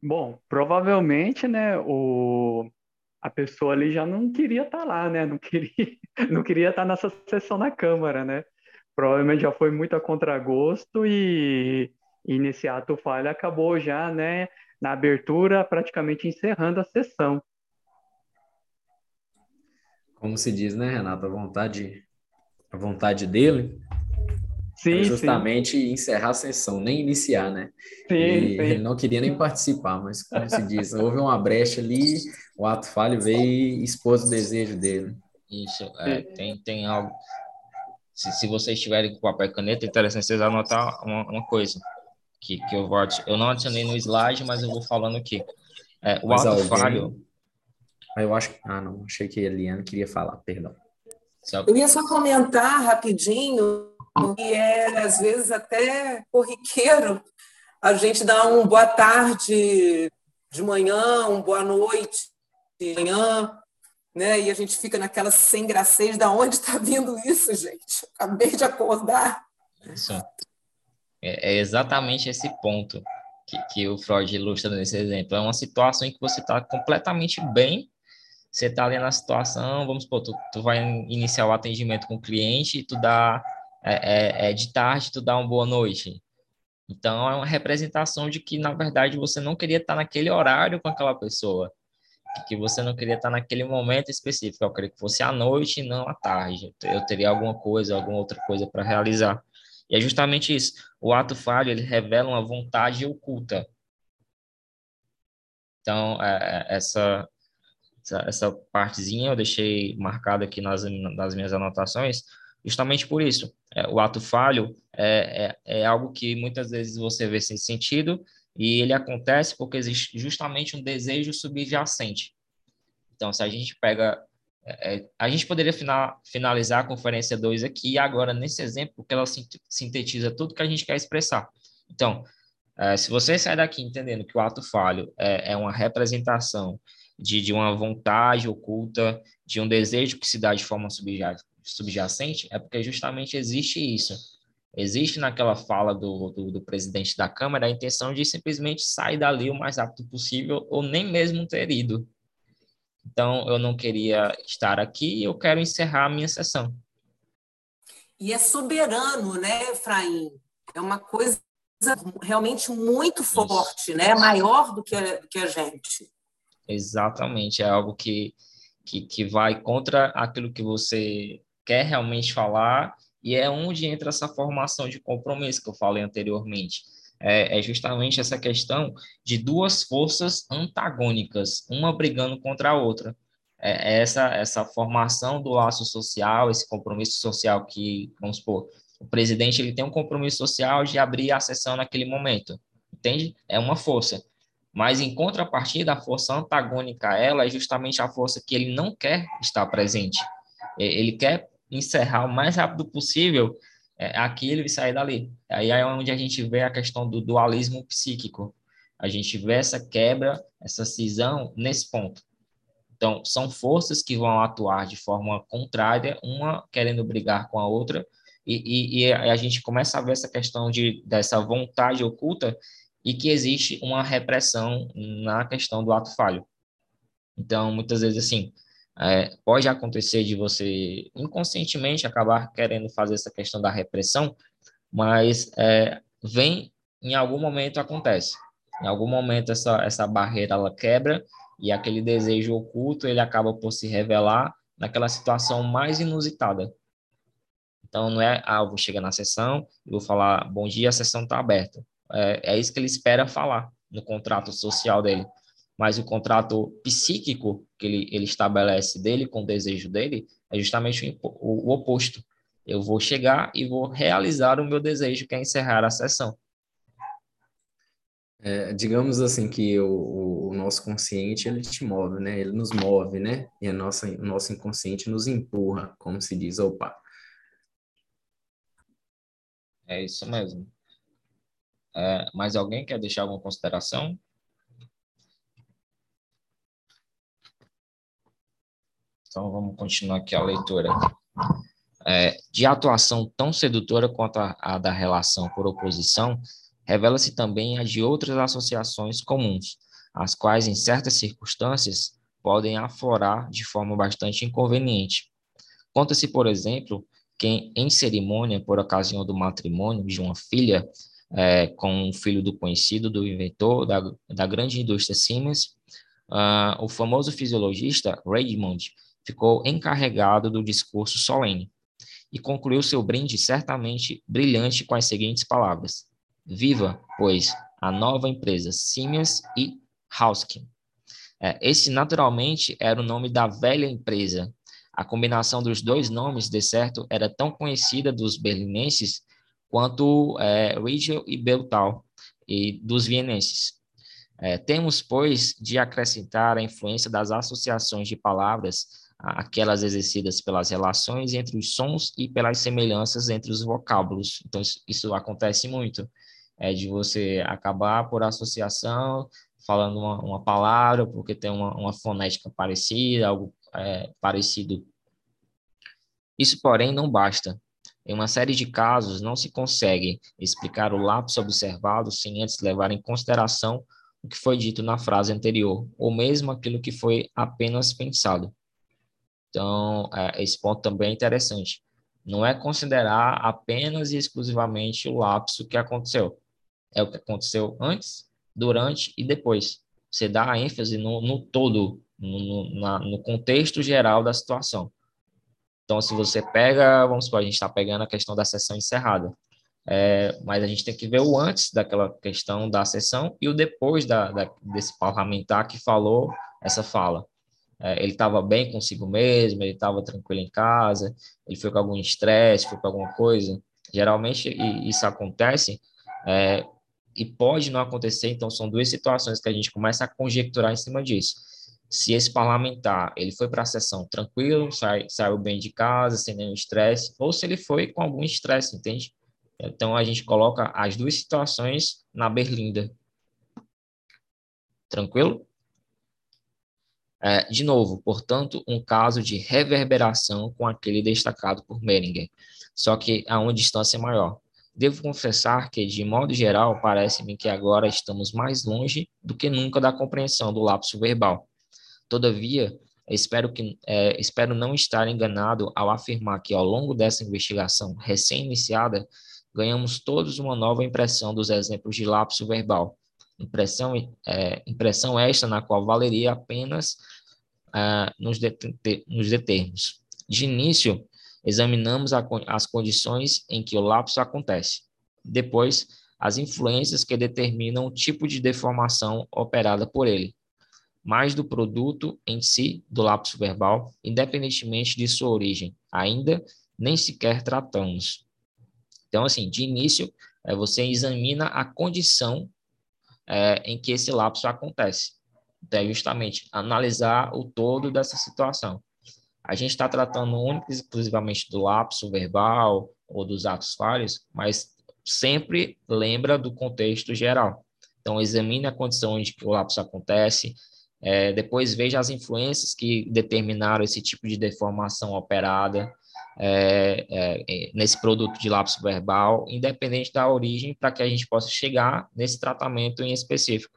Speaker 7: Bom, provavelmente, né, o, a pessoa ali já não queria estar lá, né? Não queria, não queria estar nessa sessão na Câmara, né? Provavelmente já foi muito a contragosto e, e nesse ato falho acabou já, né, na abertura, praticamente encerrando a sessão.
Speaker 5: Como se diz, né, Renato? A vontade, a vontade dele era
Speaker 7: Sim, sim,
Speaker 5: justamente encerrar a sessão, nem iniciar, né?
Speaker 7: sim,
Speaker 5: Ele, ele
Speaker 7: sim.
Speaker 5: não queria nem participar, mas como se diz, houve uma brecha ali, o ato falho veio e expôs o desejo dele.
Speaker 1: Isso, é, tem, tem algo. Se, se vocês tiverem com papel e caneta, é interessante vocês anotar uma, uma coisa que, que eu vou. adi- Eu não adicionei no slide, mas eu vou falando aqui. É, o
Speaker 5: Mas
Speaker 1: ato
Speaker 5: alguém,
Speaker 1: falho.
Speaker 5: ah, eu acho, ah, não, achei que a Eliane queria falar, perdão.
Speaker 1: se
Speaker 8: Eu ia só comentar rapidinho, que é, às vezes, até corriqueiro a gente dar um boa tarde de manhã, um boa noite de manhã, né? E a gente fica naquela sem gracez, da onde está vindo isso, gente? Acabei de acordar.
Speaker 1: Isso. É, é exatamente esse ponto que, que o Freud ilustra nesse exemplo. É uma situação em que você está completamente bem, você está ali na situação, vamos supor, tu, tu vai iniciar o atendimento com o cliente e tu dá, é, é, é de tarde, tu dá uma boa noite. Então, é uma representação de que, na verdade, você não queria estar naquele horário com aquela pessoa, que, que você não queria estar naquele momento específico. Eu queria que fosse à noite e não à tarde. Eu teria alguma coisa, alguma outra coisa para realizar. E é justamente isso. O ato falho, ele revela uma vontade oculta. Então, é, é, essa, essa, essa partezinha eu deixei marcada aqui nas, nas minhas anotações, justamente por isso. É, o ato falho é, é, é algo que muitas vezes você vê sem sentido e ele acontece porque existe justamente um desejo subjacente. Então, se a gente pega. É, é, a gente poderia final, finalizar a conferência dois aqui agora nesse exemplo, porque ela sintetiza tudo que a gente quer expressar. Então, é, se você sai daqui entendendo que o ato falho é, é uma representação de, de uma vontade oculta, de um desejo que se dá de forma subja, subjacente, é porque justamente existe isso. Existe naquela fala do, do, do presidente da Câmara a intenção de simplesmente sair dali o mais rápido possível ou nem mesmo ter ido. Então, eu não queria estar aqui e eu quero encerrar a minha sessão.
Speaker 8: E é soberano, né, Efraim? É uma coisa realmente muito forte,
Speaker 1: Isso.
Speaker 8: né? Maior do que a, do que a gente.
Speaker 1: Exatamente, é algo que, que, que vai contra aquilo que você quer realmente falar e é onde entra essa formação de compromisso que eu falei anteriormente. É, é justamente essa questão de duas forças antagônicas, uma brigando contra a outra. É, é essa, essa formação do laço social, esse compromisso social que, vamos supor, o presidente ele tem um compromisso social de abrir a sessão naquele momento, entende? É uma força. Mas, em contrapartida, a força antagônica a ela é justamente a força que ele não quer estar presente. Ele quer encerrar o mais rápido possível é, aquilo e sair dali. Aí é onde a gente vê a questão do dualismo psíquico. A gente vê essa quebra, essa cisão nesse ponto. Então, são forças que vão atuar de forma contrária, uma querendo brigar com a outra, e, e, e a gente começa a ver essa questão de, dessa vontade oculta e que existe uma repressão na questão do ato falho. Então, muitas vezes, assim, é, pode acontecer de você inconscientemente acabar querendo fazer essa questão da repressão, mas é, vem, em algum momento acontece. Em algum momento essa, essa barreira ela quebra e aquele desejo oculto ele acaba por se revelar naquela situação mais inusitada. Então não é, ah, eu vou chegar na sessão e vou falar, bom dia, a sessão está aberta. É, é isso que ele espera falar no contrato social dele. Mas o contrato psíquico que ele, ele estabelece dele com o desejo dele é justamente o, o, o oposto. Eu vou chegar e vou realizar o meu desejo, que é encerrar a sessão.
Speaker 5: É, digamos assim que o, o, o nosso consciente, ele te move, né? Ele nos move, né? E a nossa, o nosso inconsciente nos empurra, como se diz, opa.
Speaker 1: É isso mesmo. É, mais alguém quer deixar alguma consideração? Então, vamos continuar aqui a leitura. É, de atuação tão sedutora quanto a, a da relação por oposição, revela-se também a de outras associações comuns, as quais, em certas circunstâncias, podem aflorar de forma bastante inconveniente. Conta-se, por exemplo, que em cerimônia, por ocasião do matrimônio de uma filha é, com um filho do conhecido, do inventor da, da grande indústria Siemens, uh, o famoso fisiologista Raymond ficou encarregado do discurso solene e concluiu seu brinde certamente brilhante com as seguintes palavras: viva, pois, a nova empresa Siemens e Hauskin. É, esse, naturalmente, era o nome da velha empresa. A combinação dos dois nomes, de certo, era tão conhecida dos berlinenses quanto é, Riegel e Beltal, e dos vienenses. É, temos, pois, de acrescentar a influência das associações de palavras, aquelas exercidas pelas relações entre os sons e pelas semelhanças entre os vocábulos. Então, isso, isso acontece muito, é de você acabar por associação, falando uma, uma palavra, porque tem uma, uma fonética parecida, algo é, parecido. Isso, porém, não basta. Em uma série de casos, não se consegue explicar o lapso observado sem antes levar em consideração o que foi dito na frase anterior, ou mesmo aquilo que foi apenas pensado. Então, é, esse ponto também é interessante. Não é considerar apenas e exclusivamente o lapso que aconteceu. É o que aconteceu antes, durante e depois. Você dá a ênfase no, no todo, no, no, na, no contexto geral da situação. Então, se você pega, vamos supor, a gente está pegando a questão da sessão encerrada, é, mas a gente tem que ver o antes daquela questão da sessão e o depois da, da, desse parlamentar que falou essa fala. É, ele estava bem consigo mesmo, ele estava tranquilo em casa, ele foi com algum estresse, foi com alguma coisa. Geralmente isso acontece é, e pode não acontecer, então são duas situações que a gente começa a conjecturar em cima disso. Se esse parlamentar ele foi para a sessão tranquilo, sai, saiu bem de casa, sem nenhum estresse, ou se ele foi com algum estresse, entende? Então a gente coloca as duas situações na berlinda. Tranquilo? É, de novo, portanto, um caso de reverberação com aquele destacado por Meringer, só que a uma distância maior. Devo confessar que, de modo geral, parece-me que agora estamos mais longe do que nunca da compreensão do lapso verbal. Todavia, espero, que, é, espero não estar enganado ao afirmar que, ao longo dessa investigação recém-iniciada, ganhamos todos uma nova impressão dos exemplos de lapso verbal. Impressão, é, impressão esta na qual valeria apenas uh, nos, deter, nos determos. De início, examinamos a, as condições em que o lapso acontece. Depois, as influências que determinam o tipo de deformação operada por ele, mais do produto em si, do lapso verbal, independentemente de sua origem. Ainda nem sequer tratamos. Então, assim, de início, é, você examina a condição É, em que esse lapso acontece. Então, é justamente analisar o todo dessa situação. A gente está tratando única e exclusivamente do lapso verbal ou dos atos falhos, mas sempre lembra do contexto geral. Então, examine a condição onde o lapso acontece, é, depois veja as influências que determinaram esse tipo de deformação operada, É, é, nesse produto de lapso verbal, independente da origem, para que a gente possa chegar nesse tratamento em específico.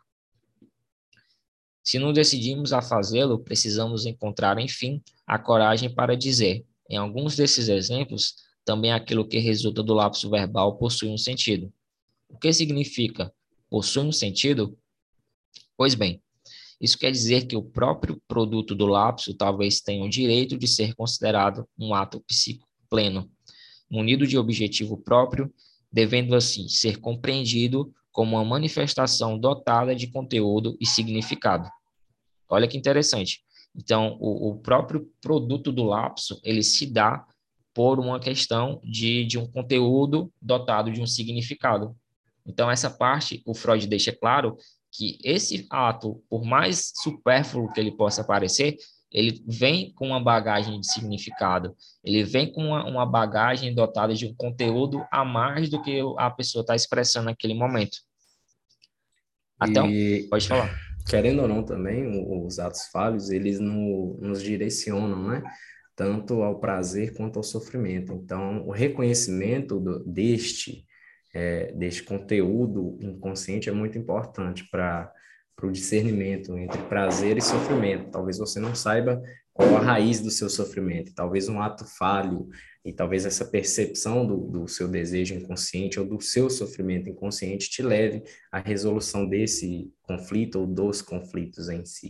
Speaker 1: Se não decidimos a fazê-lo, precisamos encontrar, enfim, a coragem para dizer, em alguns desses exemplos, também aquilo que resulta do lapso verbal possui um sentido. O que significa possui um sentido? Pois bem, isso quer dizer que o próprio produto do lapso talvez tenha o direito de ser considerado um ato psíquico pleno, munido de objetivo próprio, devendo assim ser compreendido como uma manifestação dotada de conteúdo e significado. Olha que interessante. Então, o, o próprio produto do lapso, ele se dá por uma questão de, de um conteúdo dotado de um significado. Então, essa parte, o Freud deixa claro que esse ato, por mais supérfluo que ele possa parecer, ele vem com uma bagagem de significado, ele vem com uma, uma bagagem dotada de um conteúdo a mais do que a pessoa está expressando naquele momento. Então,
Speaker 5: E,
Speaker 1: pode falar.
Speaker 5: Querendo ou não também, os atos falhos, eles no, nos direcionam, né? Tanto ao prazer quanto ao sofrimento. Então, o reconhecimento do, deste, é, deste conteúdo inconsciente é muito importante para para o discernimento entre prazer e sofrimento. Talvez você não saiba qual a raiz do seu sofrimento, talvez um ato falho, e talvez essa percepção do, do seu desejo inconsciente ou do seu sofrimento inconsciente te leve à resolução desse conflito ou dos conflitos em si.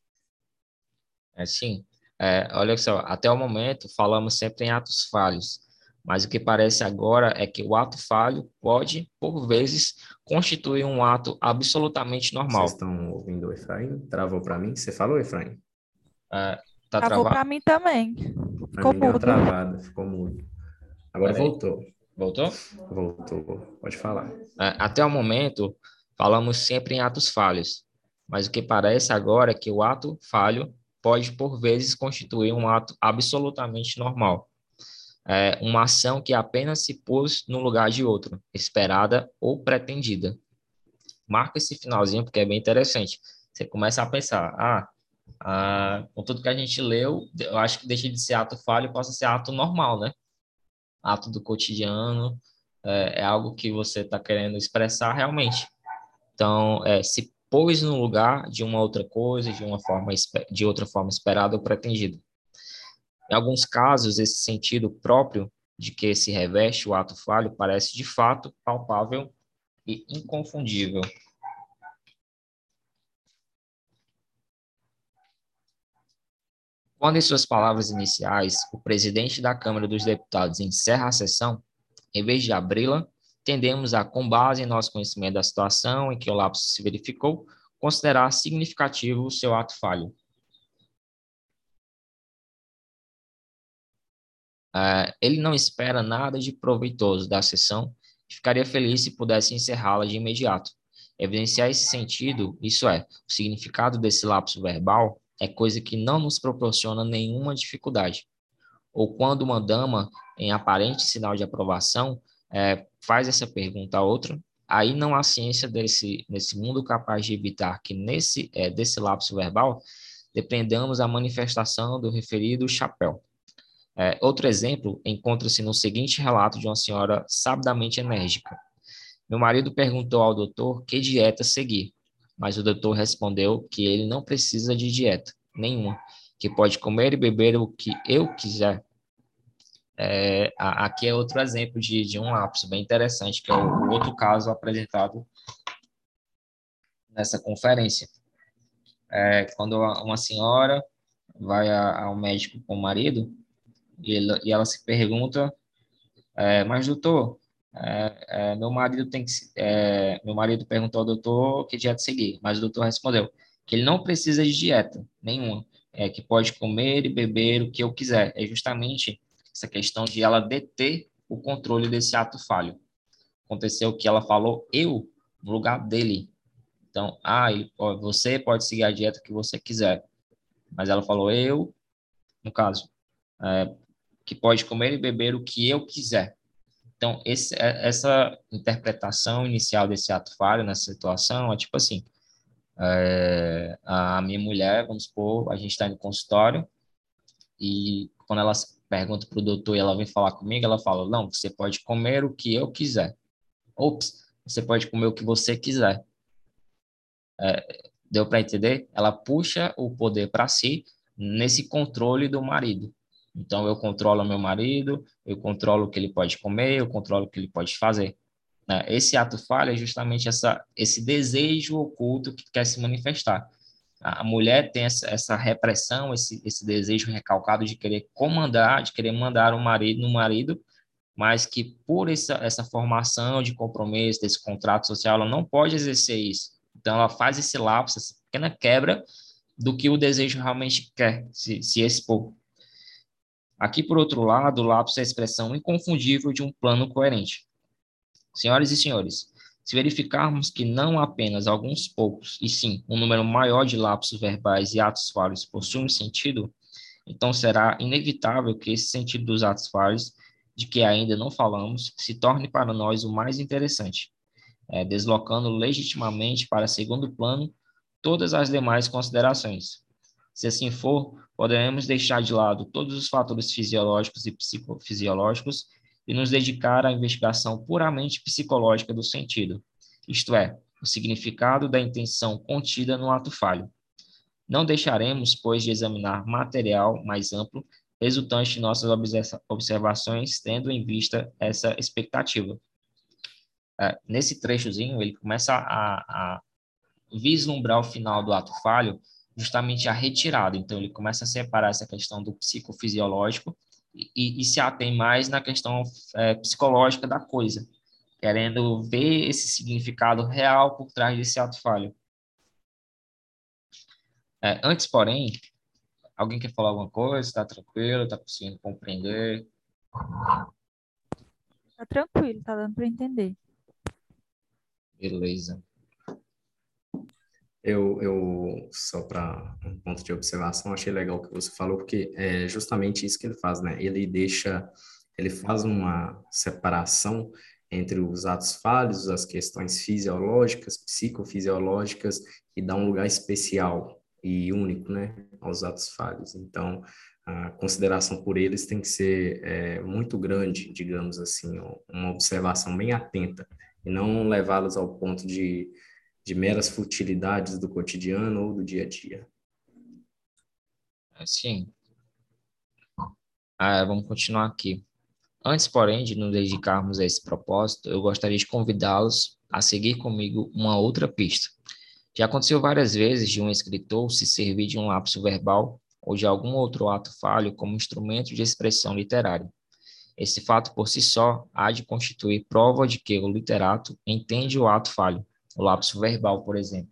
Speaker 1: É sim. É, olha só, até o momento falamos sempre em atos falhos, mas o que parece agora é que o ato falho pode, por vezes, constituir um ato absolutamente normal.
Speaker 5: Vocês estão ouvindo o Efraim? Travou para mim? Você falou, Efraim?
Speaker 1: É, tá
Speaker 2: Travou
Speaker 1: travado?
Speaker 2: para mim também.
Speaker 5: Para
Speaker 2: Ficou
Speaker 5: mim deu uma
Speaker 2: mudo.
Speaker 5: travada, ficou mudo. Agora
Speaker 1: Peraí.
Speaker 5: voltou.
Speaker 1: Voltou?
Speaker 5: Voltou. Pode falar.
Speaker 1: É, até o momento, falamos sempre em atos falhos, mas o que parece agora é que o ato falho pode, por vezes, constituir um ato absolutamente normal. É uma ação que apenas se pôs no lugar de outro, esperada ou pretendida. Marca esse finalzinho porque é bem interessante. Você começa a pensar, ah, ah, com tudo que a gente leu, eu acho que deixa de ser ato falho e passa a ser ato normal, né? Ato do cotidiano, é, é algo que você está querendo expressar realmente. Então, é, se pôs no lugar de uma outra coisa, de uma forma, de outra forma esperada ou pretendida. Em alguns casos, esse sentido próprio de que se reveste o ato falho parece de fato palpável e inconfundível. Quando, em suas palavras iniciais, o presidente da Câmara dos Deputados encerra a sessão, em vez de abri-la, tendemos a, com base em nosso conhecimento da situação em que o lapso se verificou, considerar significativo o seu ato falho. Uh, ele não espera nada de proveitoso da sessão e ficaria feliz se pudesse encerrá-la de imediato. Evidenciar esse sentido, isso é, o significado desse lapso verbal, é coisa que não nos proporciona nenhuma dificuldade. Ou quando uma dama, em aparente sinal de aprovação, é, faz essa pergunta a outra, aí não há ciência desse, nesse mundo capaz de evitar que nesse, é, desse lapso verbal dependamos a manifestação do referido chapéu. É, outro exemplo encontra-se no seguinte relato de uma senhora sabidamente enérgica. Meu marido perguntou ao doutor que dieta seguir, mas o doutor respondeu que ele não precisa de dieta nenhuma, que pode comer e beber o que eu quiser. É, aqui é outro exemplo de, de um lapso bem interessante, que é o, o outro caso apresentado nessa conferência. É, quando uma senhora vai a, ao médico com o marido, e, ele, e ela se pergunta, é, mas doutor, é, é, meu marido tem que, é, meu marido perguntou ao doutor que dieta seguir, mas o doutor respondeu que ele não precisa de dieta nenhuma, é, que pode comer e beber o que eu quiser. É justamente essa questão de ela deter o controle desse ato falho. Aconteceu que ela falou eu no lugar dele. Então, ah, ele, você pode seguir a dieta que você quiser, mas ela falou eu, no caso, é, que pode comer e beber o que eu quiser. Então, esse, essa interpretação inicial desse ato falho nessa situação é tipo assim, é, a minha mulher, vamos supor, a gente está no consultório e quando ela pergunta para o doutor e ela vem falar comigo, ela fala, não, você pode comer o que eu quiser. Ops, você pode comer o que você quiser. É, deu para entender? Ela puxa o poder para si nesse controle do marido. Então, eu controlo meu marido, eu controlo o que ele pode comer, eu controlo o que ele pode fazer. Né? Esse ato falho é justamente essa, esse desejo oculto que quer se manifestar. A mulher tem essa, essa repressão, esse, esse desejo recalcado de querer comandar, de querer mandar o marido no marido, mas que por essa, essa formação de compromisso, desse contrato social, ela não pode exercer isso. Então, ela faz esse lapso, essa pequena quebra do que o desejo realmente quer se, se expor. Aqui, por outro lado, o lapso é a expressão inconfundível de um plano coerente. Senhoras e senhores, se verificarmos que não apenas alguns poucos, e sim um número maior de lapsos verbais e atos falhos possuem sentido, então será inevitável que esse sentido dos atos falhos, de que ainda não falamos, se torne para nós o mais interessante, é, deslocando legitimamente para segundo plano todas as demais considerações. Se assim for, poderemos deixar de lado todos os fatores fisiológicos e psicofisiológicos e nos dedicar à investigação puramente psicológica do sentido, isto é, o significado da intenção contida no ato falho. Não deixaremos, pois, de examinar material mais amplo resultante de nossas observações, tendo em vista essa expectativa. É, nesse trechozinho, ele começa a, a vislumbrar o final do ato falho, justamente a retirada. Então, ele começa a separar essa questão do psicofisiológico e, e se atém mais na questão é, psicológica da coisa, querendo ver esse significado real por trás desse ato falho. É, antes, porém, alguém quer falar alguma coisa? Está tranquilo? Está conseguindo compreender?
Speaker 2: Tá tranquilo, tá dando para entender.
Speaker 1: Beleza.
Speaker 5: Eu, eu só para um ponto de observação, achei legal o que você falou, porque é justamente isso que ele faz, né? Ele deixa, ele faz uma separação entre os atos falhos, as questões fisiológicas, psicofisiológicas, e dá um lugar especial e único, né, aos atos falhos. Então, a consideração por eles tem que ser é, muito grande, digamos assim, uma observação bem atenta, e não levá-los ao ponto de de meras futilidades do cotidiano ou do dia a dia.
Speaker 1: Sim. Ah, vamos continuar aqui. Antes, porém, de nos dedicarmos a esse propósito, eu gostaria de convidá-los a seguir comigo uma outra pista. Já aconteceu várias vezes de um escritor se servir de um lapso verbal ou de algum outro ato falho como instrumento de expressão literária. Esse fato por si só há de constituir prova de que o literato entende o ato falho, o lapso verbal, por exemplo,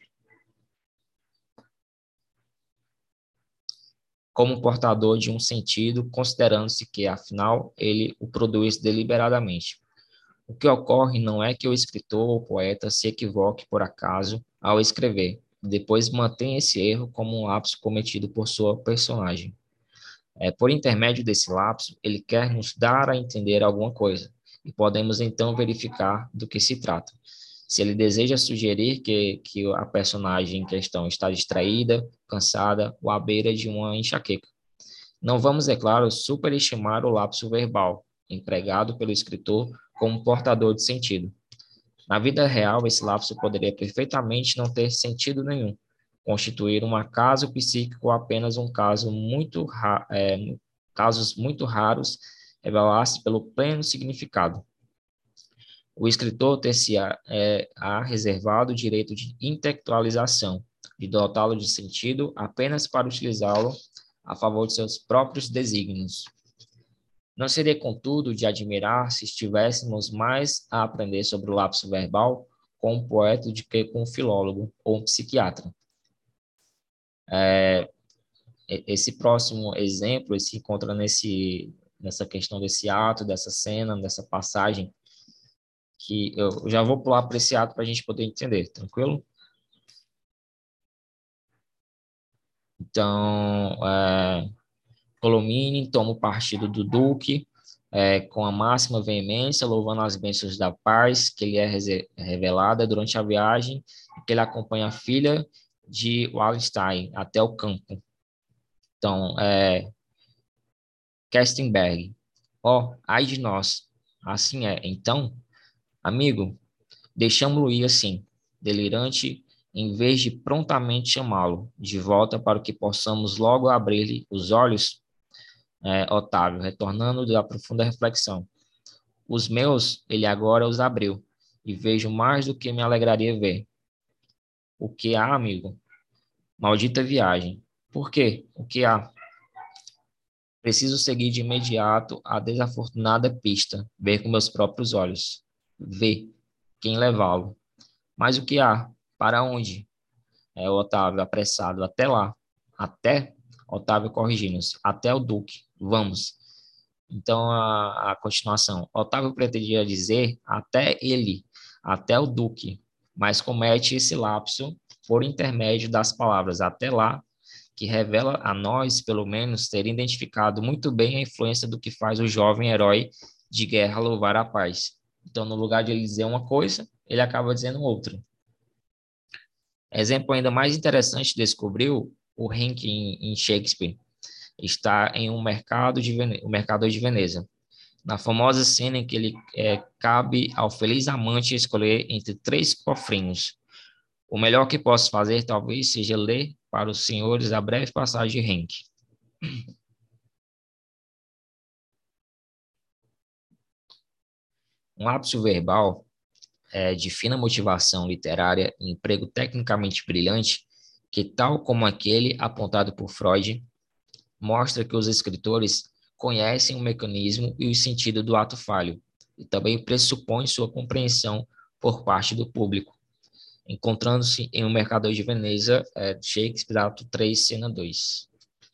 Speaker 1: como portador de um sentido, considerando-se que, afinal, ele o produz deliberadamente. O que ocorre não é que o escritor ou poeta se equivoque por acaso ao escrever, e depois mantém esse erro como um lapso cometido por sua personagem. É, por intermédio desse lapso, ele quer nos dar a entender alguma coisa, e podemos então verificar do que se trata. Se ele deseja sugerir que, que a personagem em questão está distraída, cansada ou à beira de uma enxaqueca. Não vamos, é claro, superestimar o lapso verbal, empregado pelo escritor como portador de sentido. Na vida real, esse lapso poderia perfeitamente não ter sentido nenhum, constituir um acaso psíquico ou apenas um caso muito ra- é, casos muito raros revelar-se pelo pleno significado. O escritor ter-se-á é, a reservado o direito de intelectualização, de dotá-lo de sentido apenas para utilizá-lo a favor de seus próprios desígnios. Não seria, contudo, de admirar se estivéssemos mais a aprender sobre o lapso verbal com um poeta do que com um filólogo ou um psiquiatra. É, esse próximo exemplo ele se encontra nesse, nessa questão desse ato, dessa cena, dessa passagem, que eu já vou pular para esse ato para a gente poder entender, tranquilo? Então, é, Colomine toma o partido do Duque é, com a máxima veemência, louvando as bênçãos da paz que lhe é revelada durante a viagem, que ele acompanha a filha de Wallenstein até o campo. Então, é, Kestenberg, ó, oh, ai de nós, assim é. Então, amigo, deixamo-lo ir assim, delirante, em vez de prontamente chamá-lo de volta para que possamos logo abrir-lhe os olhos. É, Otávio, retornando da profunda reflexão. Os meus, ele agora os abriu, e vejo mais do que me alegraria ver. O que há, amigo? Maldita viagem. Por quê? O que há? Preciso seguir de imediato a desafortunada pista, ver com meus próprios olhos. Ver quem levá-lo. Mas o que há? Para onde? É o Otávio, apressado. Até lá. Até? Otávio corrigindo-se. Até o Duque. Vamos. Então, a, a continuação. Otávio pretendia dizer até ele, até o Duque, mas comete esse lapso por intermédio das palavras até lá, que revela a nós, pelo menos, ter identificado muito bem a influência do que faz o jovem herói de guerra louvar a paz. Então, no lugar de ele dizer uma coisa, ele acaba dizendo outra. Exemplo ainda mais interessante descobriu o Henry em Shakespeare. Está em um mercado de Vene... o mercador de Veneza. Na famosa cena em que ele é, cabe ao feliz amante escolher entre três cofrinhos. O melhor que posso fazer, talvez, seja ler para os senhores a breve passagem de Henke. Um lapso verbal é, de fina motivação literária e emprego tecnicamente brilhante, que, tal como aquele apontado por Freud, mostra que os escritores conhecem o mecanismo e o sentido do ato falho, e também pressupõe sua compreensão por parte do público, encontrando-se em O Mercador de Veneza, é, Shakespeare, ato três, cena dois.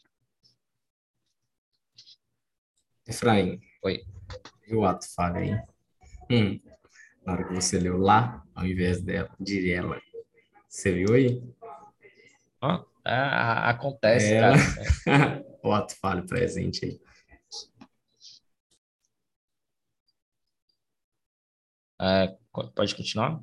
Speaker 5: Efraim,
Speaker 1: Oi.
Speaker 5: e o ato falho aí? Hum, na hora que você leu lá, ao invés dela, de ela. Você viu aí?
Speaker 1: Ó, ah, acontece,
Speaker 5: Ela.
Speaker 1: cara.
Speaker 5: O ato falho presente aí.
Speaker 1: É, pode continuar?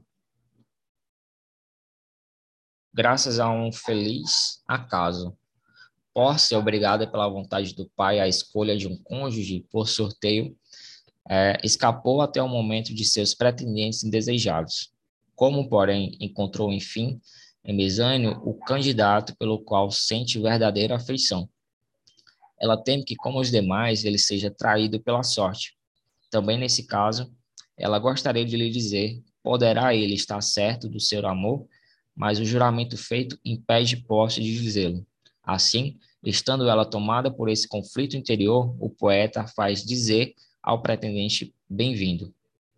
Speaker 1: Graças a um feliz acaso, por ser obrigada pela vontade do pai à escolha de um cônjuge por sorteio, é, escapou até o momento de seus pretendentes indesejados. Como, porém, encontrou, enfim, em Mesânio o candidato pelo qual sente verdadeira afeição. Ela teme que, como os demais, ele seja traído pela sorte. Também nesse caso, ela gostaria de lhe dizer: poderá ele estar certo do seu amor, mas o juramento feito impede posse de dizê-lo. Assim, estando ela tomada por esse conflito interior, o poeta faz dizer ao pretendente: bem-vindo.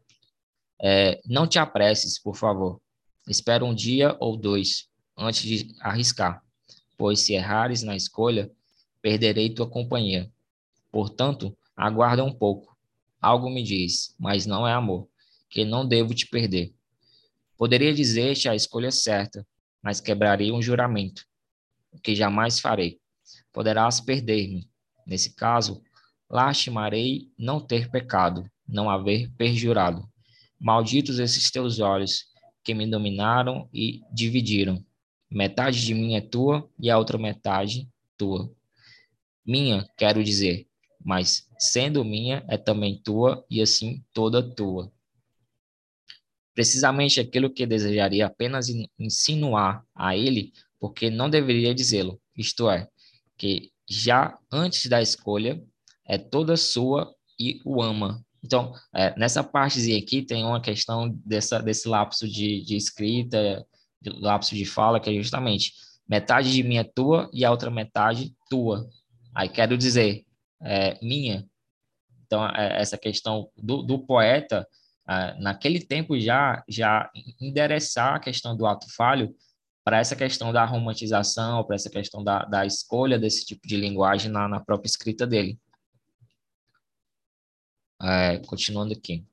Speaker 1: É, não te apresses, por favor. Espera um dia ou dois antes de arriscar, pois se errares na escolha, perderei tua companhia. Portanto, aguarda um pouco. Algo me diz, mas não é amor, que não devo te perder. Poderia dizer-te a escolha certa, mas quebraria um juramento, o que jamais farei. Poderás perder-me. Nesse caso, lastimarei não ter pecado, não haver perjurado. Malditos esses teus olhos, que me dominaram e dividiram. Metade de mim é tua e a outra metade tua. Minha, quero dizer, mas sendo minha, é também tua e assim toda tua. Precisamente aquilo que desejaria apenas insinuar a ele, porque não deveria dizê-lo, isto é, que já antes da escolha é toda sua e o ama. Então, é, nessa partezinha aqui tem uma questão dessa, desse lapso de, de escrita, de lapso de fala, que é justamente metade de mim é tua e a outra metade tua. Aí quero dizer, é, minha. Então, é, essa questão do, do poeta, é, naquele tempo já, já endereçar a questão do ato falho para essa questão da romantização, para essa questão da, da escolha desse tipo de linguagem na, na própria escrita dele. É, continuando aqui.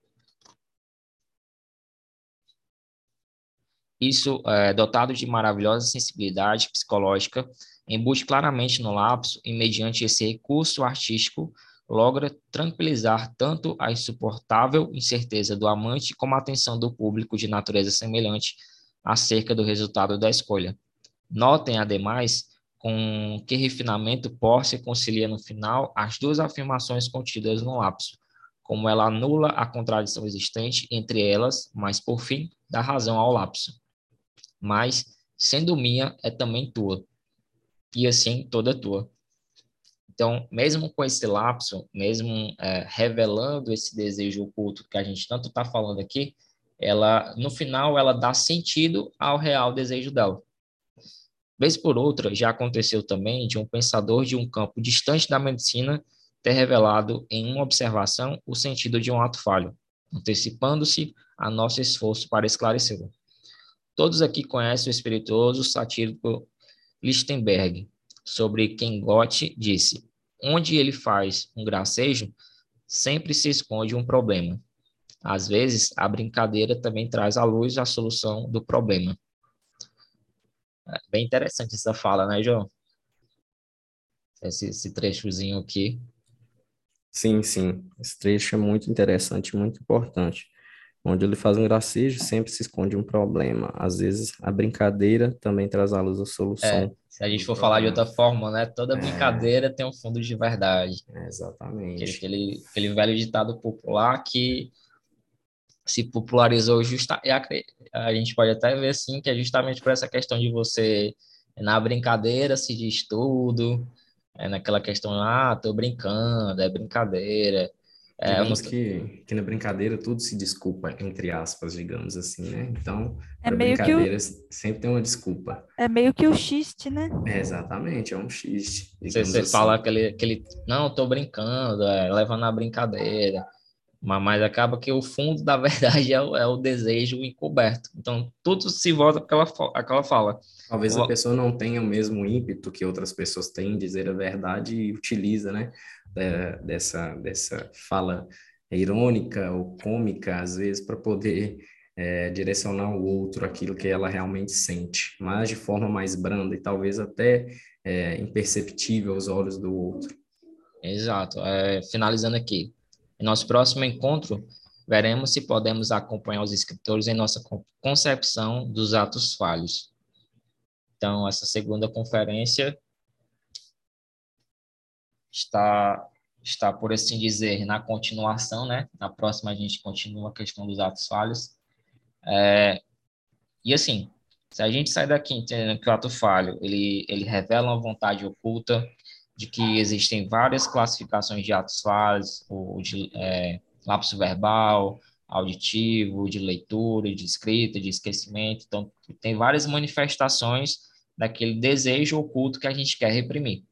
Speaker 1: Isso, é, dotado de maravilhosa sensibilidade psicológica, embute claramente no lapso e, mediante esse recurso artístico, logra tranquilizar tanto a insuportável incerteza do amante como a atenção do público de natureza semelhante acerca do resultado da escolha. Notem, ademais, com que refinamento Porcia concilia no final as duas afirmações contidas no lapso, como ela anula a contradição existente entre elas, mas, por fim, dá razão ao lapso. Mas, sendo minha, é também tua, e assim toda tua. Então, mesmo com esse lapso, mesmo é, revelando esse desejo oculto que a gente tanto está falando aqui, ela, no final, ela dá sentido ao real desejo dela. Vez por outra, já aconteceu também de um pensador de um campo distante da medicina ter revelado em uma observação o sentido de um ato falho, antecipando-se a nosso esforço para esclarecê-lo. Todos aqui conhecem o espirituoso satírico Lichtenberg, sobre quem Goethe disse: onde ele faz um gracejo, sempre se esconde um problema. Às vezes, a brincadeira também traz à luz a solução do problema. É bem interessante essa fala, né, João? Esse, esse trechozinho aqui.
Speaker 5: Sim, sim. Esse trecho é muito interessante, muito importante. Onde ele faz um gracejo, sempre se esconde um problema. Às vezes, a brincadeira também traz à luz a
Speaker 1: É,
Speaker 5: solução
Speaker 1: se a gente
Speaker 5: do
Speaker 1: for falar de
Speaker 5: problema.
Speaker 1: outra forma, né? Toda
Speaker 5: É,
Speaker 1: brincadeira tem um fundo de verdade. Aquele,
Speaker 5: exatamente.
Speaker 1: aquele, aquele velho ditado popular que se popularizou justa, e a, a gente pode até ver assim que é justamente por essa questão de você na brincadeira se diz tudo, é naquela questão, ah, tô brincando, é brincadeira. É, eu não,
Speaker 5: Digamos que, que na brincadeira tudo se desculpa, entre aspas, digamos assim, né? Então,
Speaker 2: É
Speaker 5: para
Speaker 2: meio que o,
Speaker 5: brincadeiras sempre tem uma desculpa.
Speaker 2: é meio que o xiste, né?
Speaker 5: É, exatamente, é um xiste,
Speaker 1: você,
Speaker 5: digamos
Speaker 1: você fala
Speaker 5: assim.
Speaker 1: aquele, aquele, não, tô brincando, é, levando a brincadeira, mas, mas acaba que o fundo da verdade é o, é o desejo encoberto. Então, tudo se volta àquela, fa- àquela fala.
Speaker 5: Talvez a
Speaker 1: Vo-
Speaker 5: pessoa não tenha o mesmo ímpeto que outras pessoas têm em dizer a verdade e utiliza, né, é, dessa, dessa fala irônica ou cômica, às vezes, para poder é, direcionar o outro aquilo que ela realmente sente, mas de forma mais branda e talvez até é, imperceptível aos olhos do outro.
Speaker 1: Exato. É, finalizando aqui, em nosso próximo encontro, veremos se podemos acompanhar os escritores em nossa con- concepção dos atos falhos. Então, essa segunda conferência está, está, por assim dizer, na continuação, né? Na próxima a gente continua a questão dos atos falhos. E assim, se a gente sai daqui entendendo que o ato falho, ele, ele revela uma vontade oculta de que existem várias classificações de atos falhos, o de é, lapso verbal, auditivo, de leitura, de escrita, de esquecimento. Então, tem várias manifestações daquele desejo oculto que a gente quer reprimir.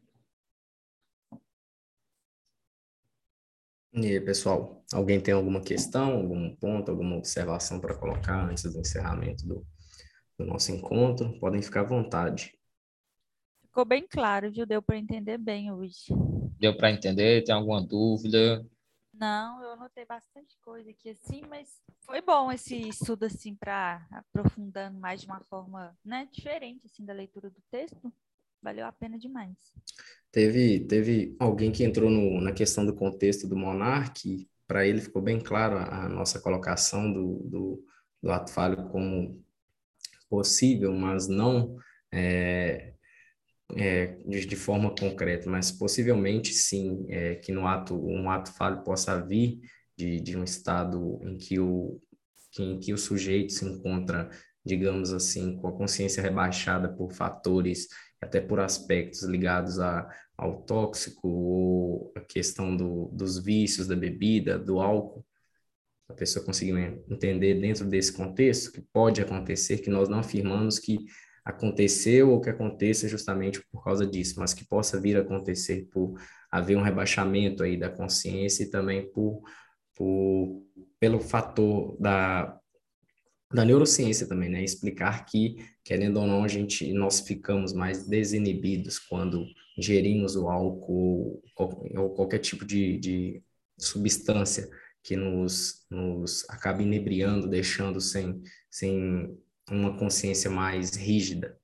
Speaker 5: E aí, pessoal, alguém tem alguma questão, algum ponto, alguma observação para colocar antes do encerramento do, do nosso encontro? Podem ficar à vontade.
Speaker 2: Ficou bem claro, viu? Deu para entender bem hoje.
Speaker 1: Deu para entender? Tem alguma dúvida?
Speaker 2: Não, eu anotei bastante coisa aqui assim, mas foi bom esse estudo assim para aprofundando mais de uma forma, né, diferente assim da leitura do texto. Valeu a pena demais.
Speaker 5: Teve, teve alguém que entrou no, na questão do contexto do monarca, para ele ficou bem claro a, a nossa colocação do, do, do ato falho como possível, mas não é, é, de, de forma concreta, mas possivelmente sim, é, que no ato, um ato falho possa vir de, de um estado em que o, que, em que o sujeito se encontra, digamos assim, com a consciência rebaixada por fatores, até por aspectos ligados a, ao tóxico ou a questão do, dos vícios da bebida, do álcool, a pessoa conseguir entender dentro desse contexto que pode acontecer, que nós não afirmamos que aconteceu ou que aconteça justamente por causa disso, mas que possa vir a acontecer por haver um rebaixamento aí da consciência e também por, por pelo fator da da neurociência também, né? Explicar que, querendo ou não, a gente, nós ficamos mais desinibidos quando ingerimos o álcool ou, ou qualquer tipo de, de substância que nos, nos acaba inebriando, deixando sem, sem uma consciência mais rígida.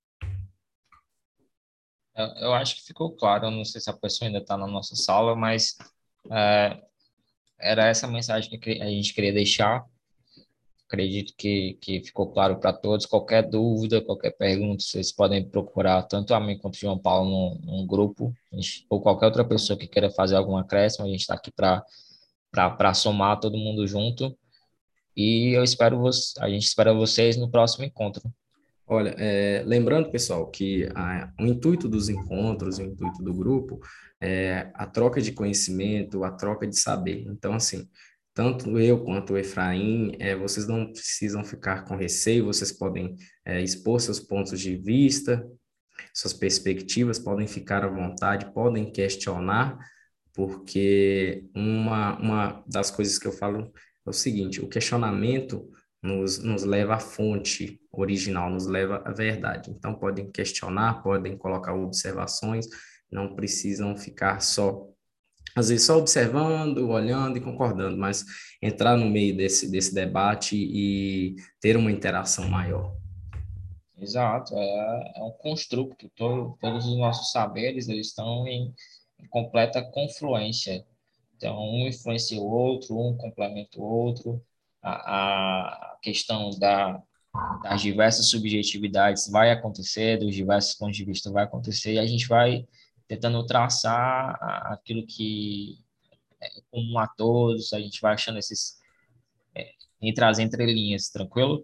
Speaker 1: Eu, eu acho que ficou claro. Eu não sei se a pessoa ainda está na nossa sala, mas é, era essa mensagem que a gente queria deixar. Acredito que, que ficou claro para todos. Qualquer dúvida, qualquer pergunta, vocês podem procurar tanto a mim quanto o João Paulo no, no grupo, a gente- ou qualquer outra pessoa que queira fazer algum acréscimo. A gente está aqui para para somar todo mundo junto. E eu espero vo a gente espera vocês no próximo encontro.
Speaker 5: Olha, é, lembrando, pessoal, que a, o intuito dos encontros, o intuito do grupo é a troca de conhecimento, a troca de saber. Então, assim, tanto eu quanto o Efraim, é, vocês não precisam ficar com receio, vocês podem é, expor seus pontos de vista, suas perspectivas, podem ficar à vontade, podem questionar, porque uma, uma das coisas que eu falo é o seguinte: o questionamento nos, nos leva à fonte original, nos leva à verdade. Então, podem questionar, podem colocar observações, não precisam ficar só, às vezes, só observando, olhando e concordando, mas entrar no meio desse, desse debate e ter uma interação maior.
Speaker 1: Exato, é, é um construto. Todo, todos os nossos saberes eles estão em, em completa confluência. Então, um influencia o outro, um complementa o outro. A, a questão da, das diversas subjetividades vai acontecer, dos diversos pontos de vista vai acontecer, e a gente vai tentando traçar a- aquilo que é comum a todos, a gente vai achando esses entre as entrelinhas, tranquilo?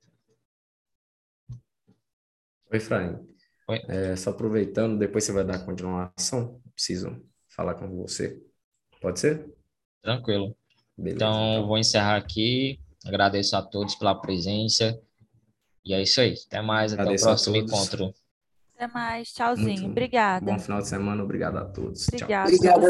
Speaker 5: Oi, Efraim.
Speaker 1: Oi.
Speaker 5: É, só aproveitando, depois você vai dar continuação. Preciso falar com você. Pode ser?
Speaker 1: Tranquilo.
Speaker 5: Beleza,
Speaker 1: Então,
Speaker 5: então.
Speaker 1: vou encerrar aqui. Agradeço a todos pela presença. E é isso aí. Até mais, até o
Speaker 5: Agradeço a
Speaker 1: próximo
Speaker 5: todos.
Speaker 1: encontro.
Speaker 2: Até mais. Tchauzinho.
Speaker 5: Muito
Speaker 2: Obrigada.
Speaker 5: bom final de semana. Obrigado a todos. Tchau.
Speaker 2: Obrigada.
Speaker 8: Obrigada.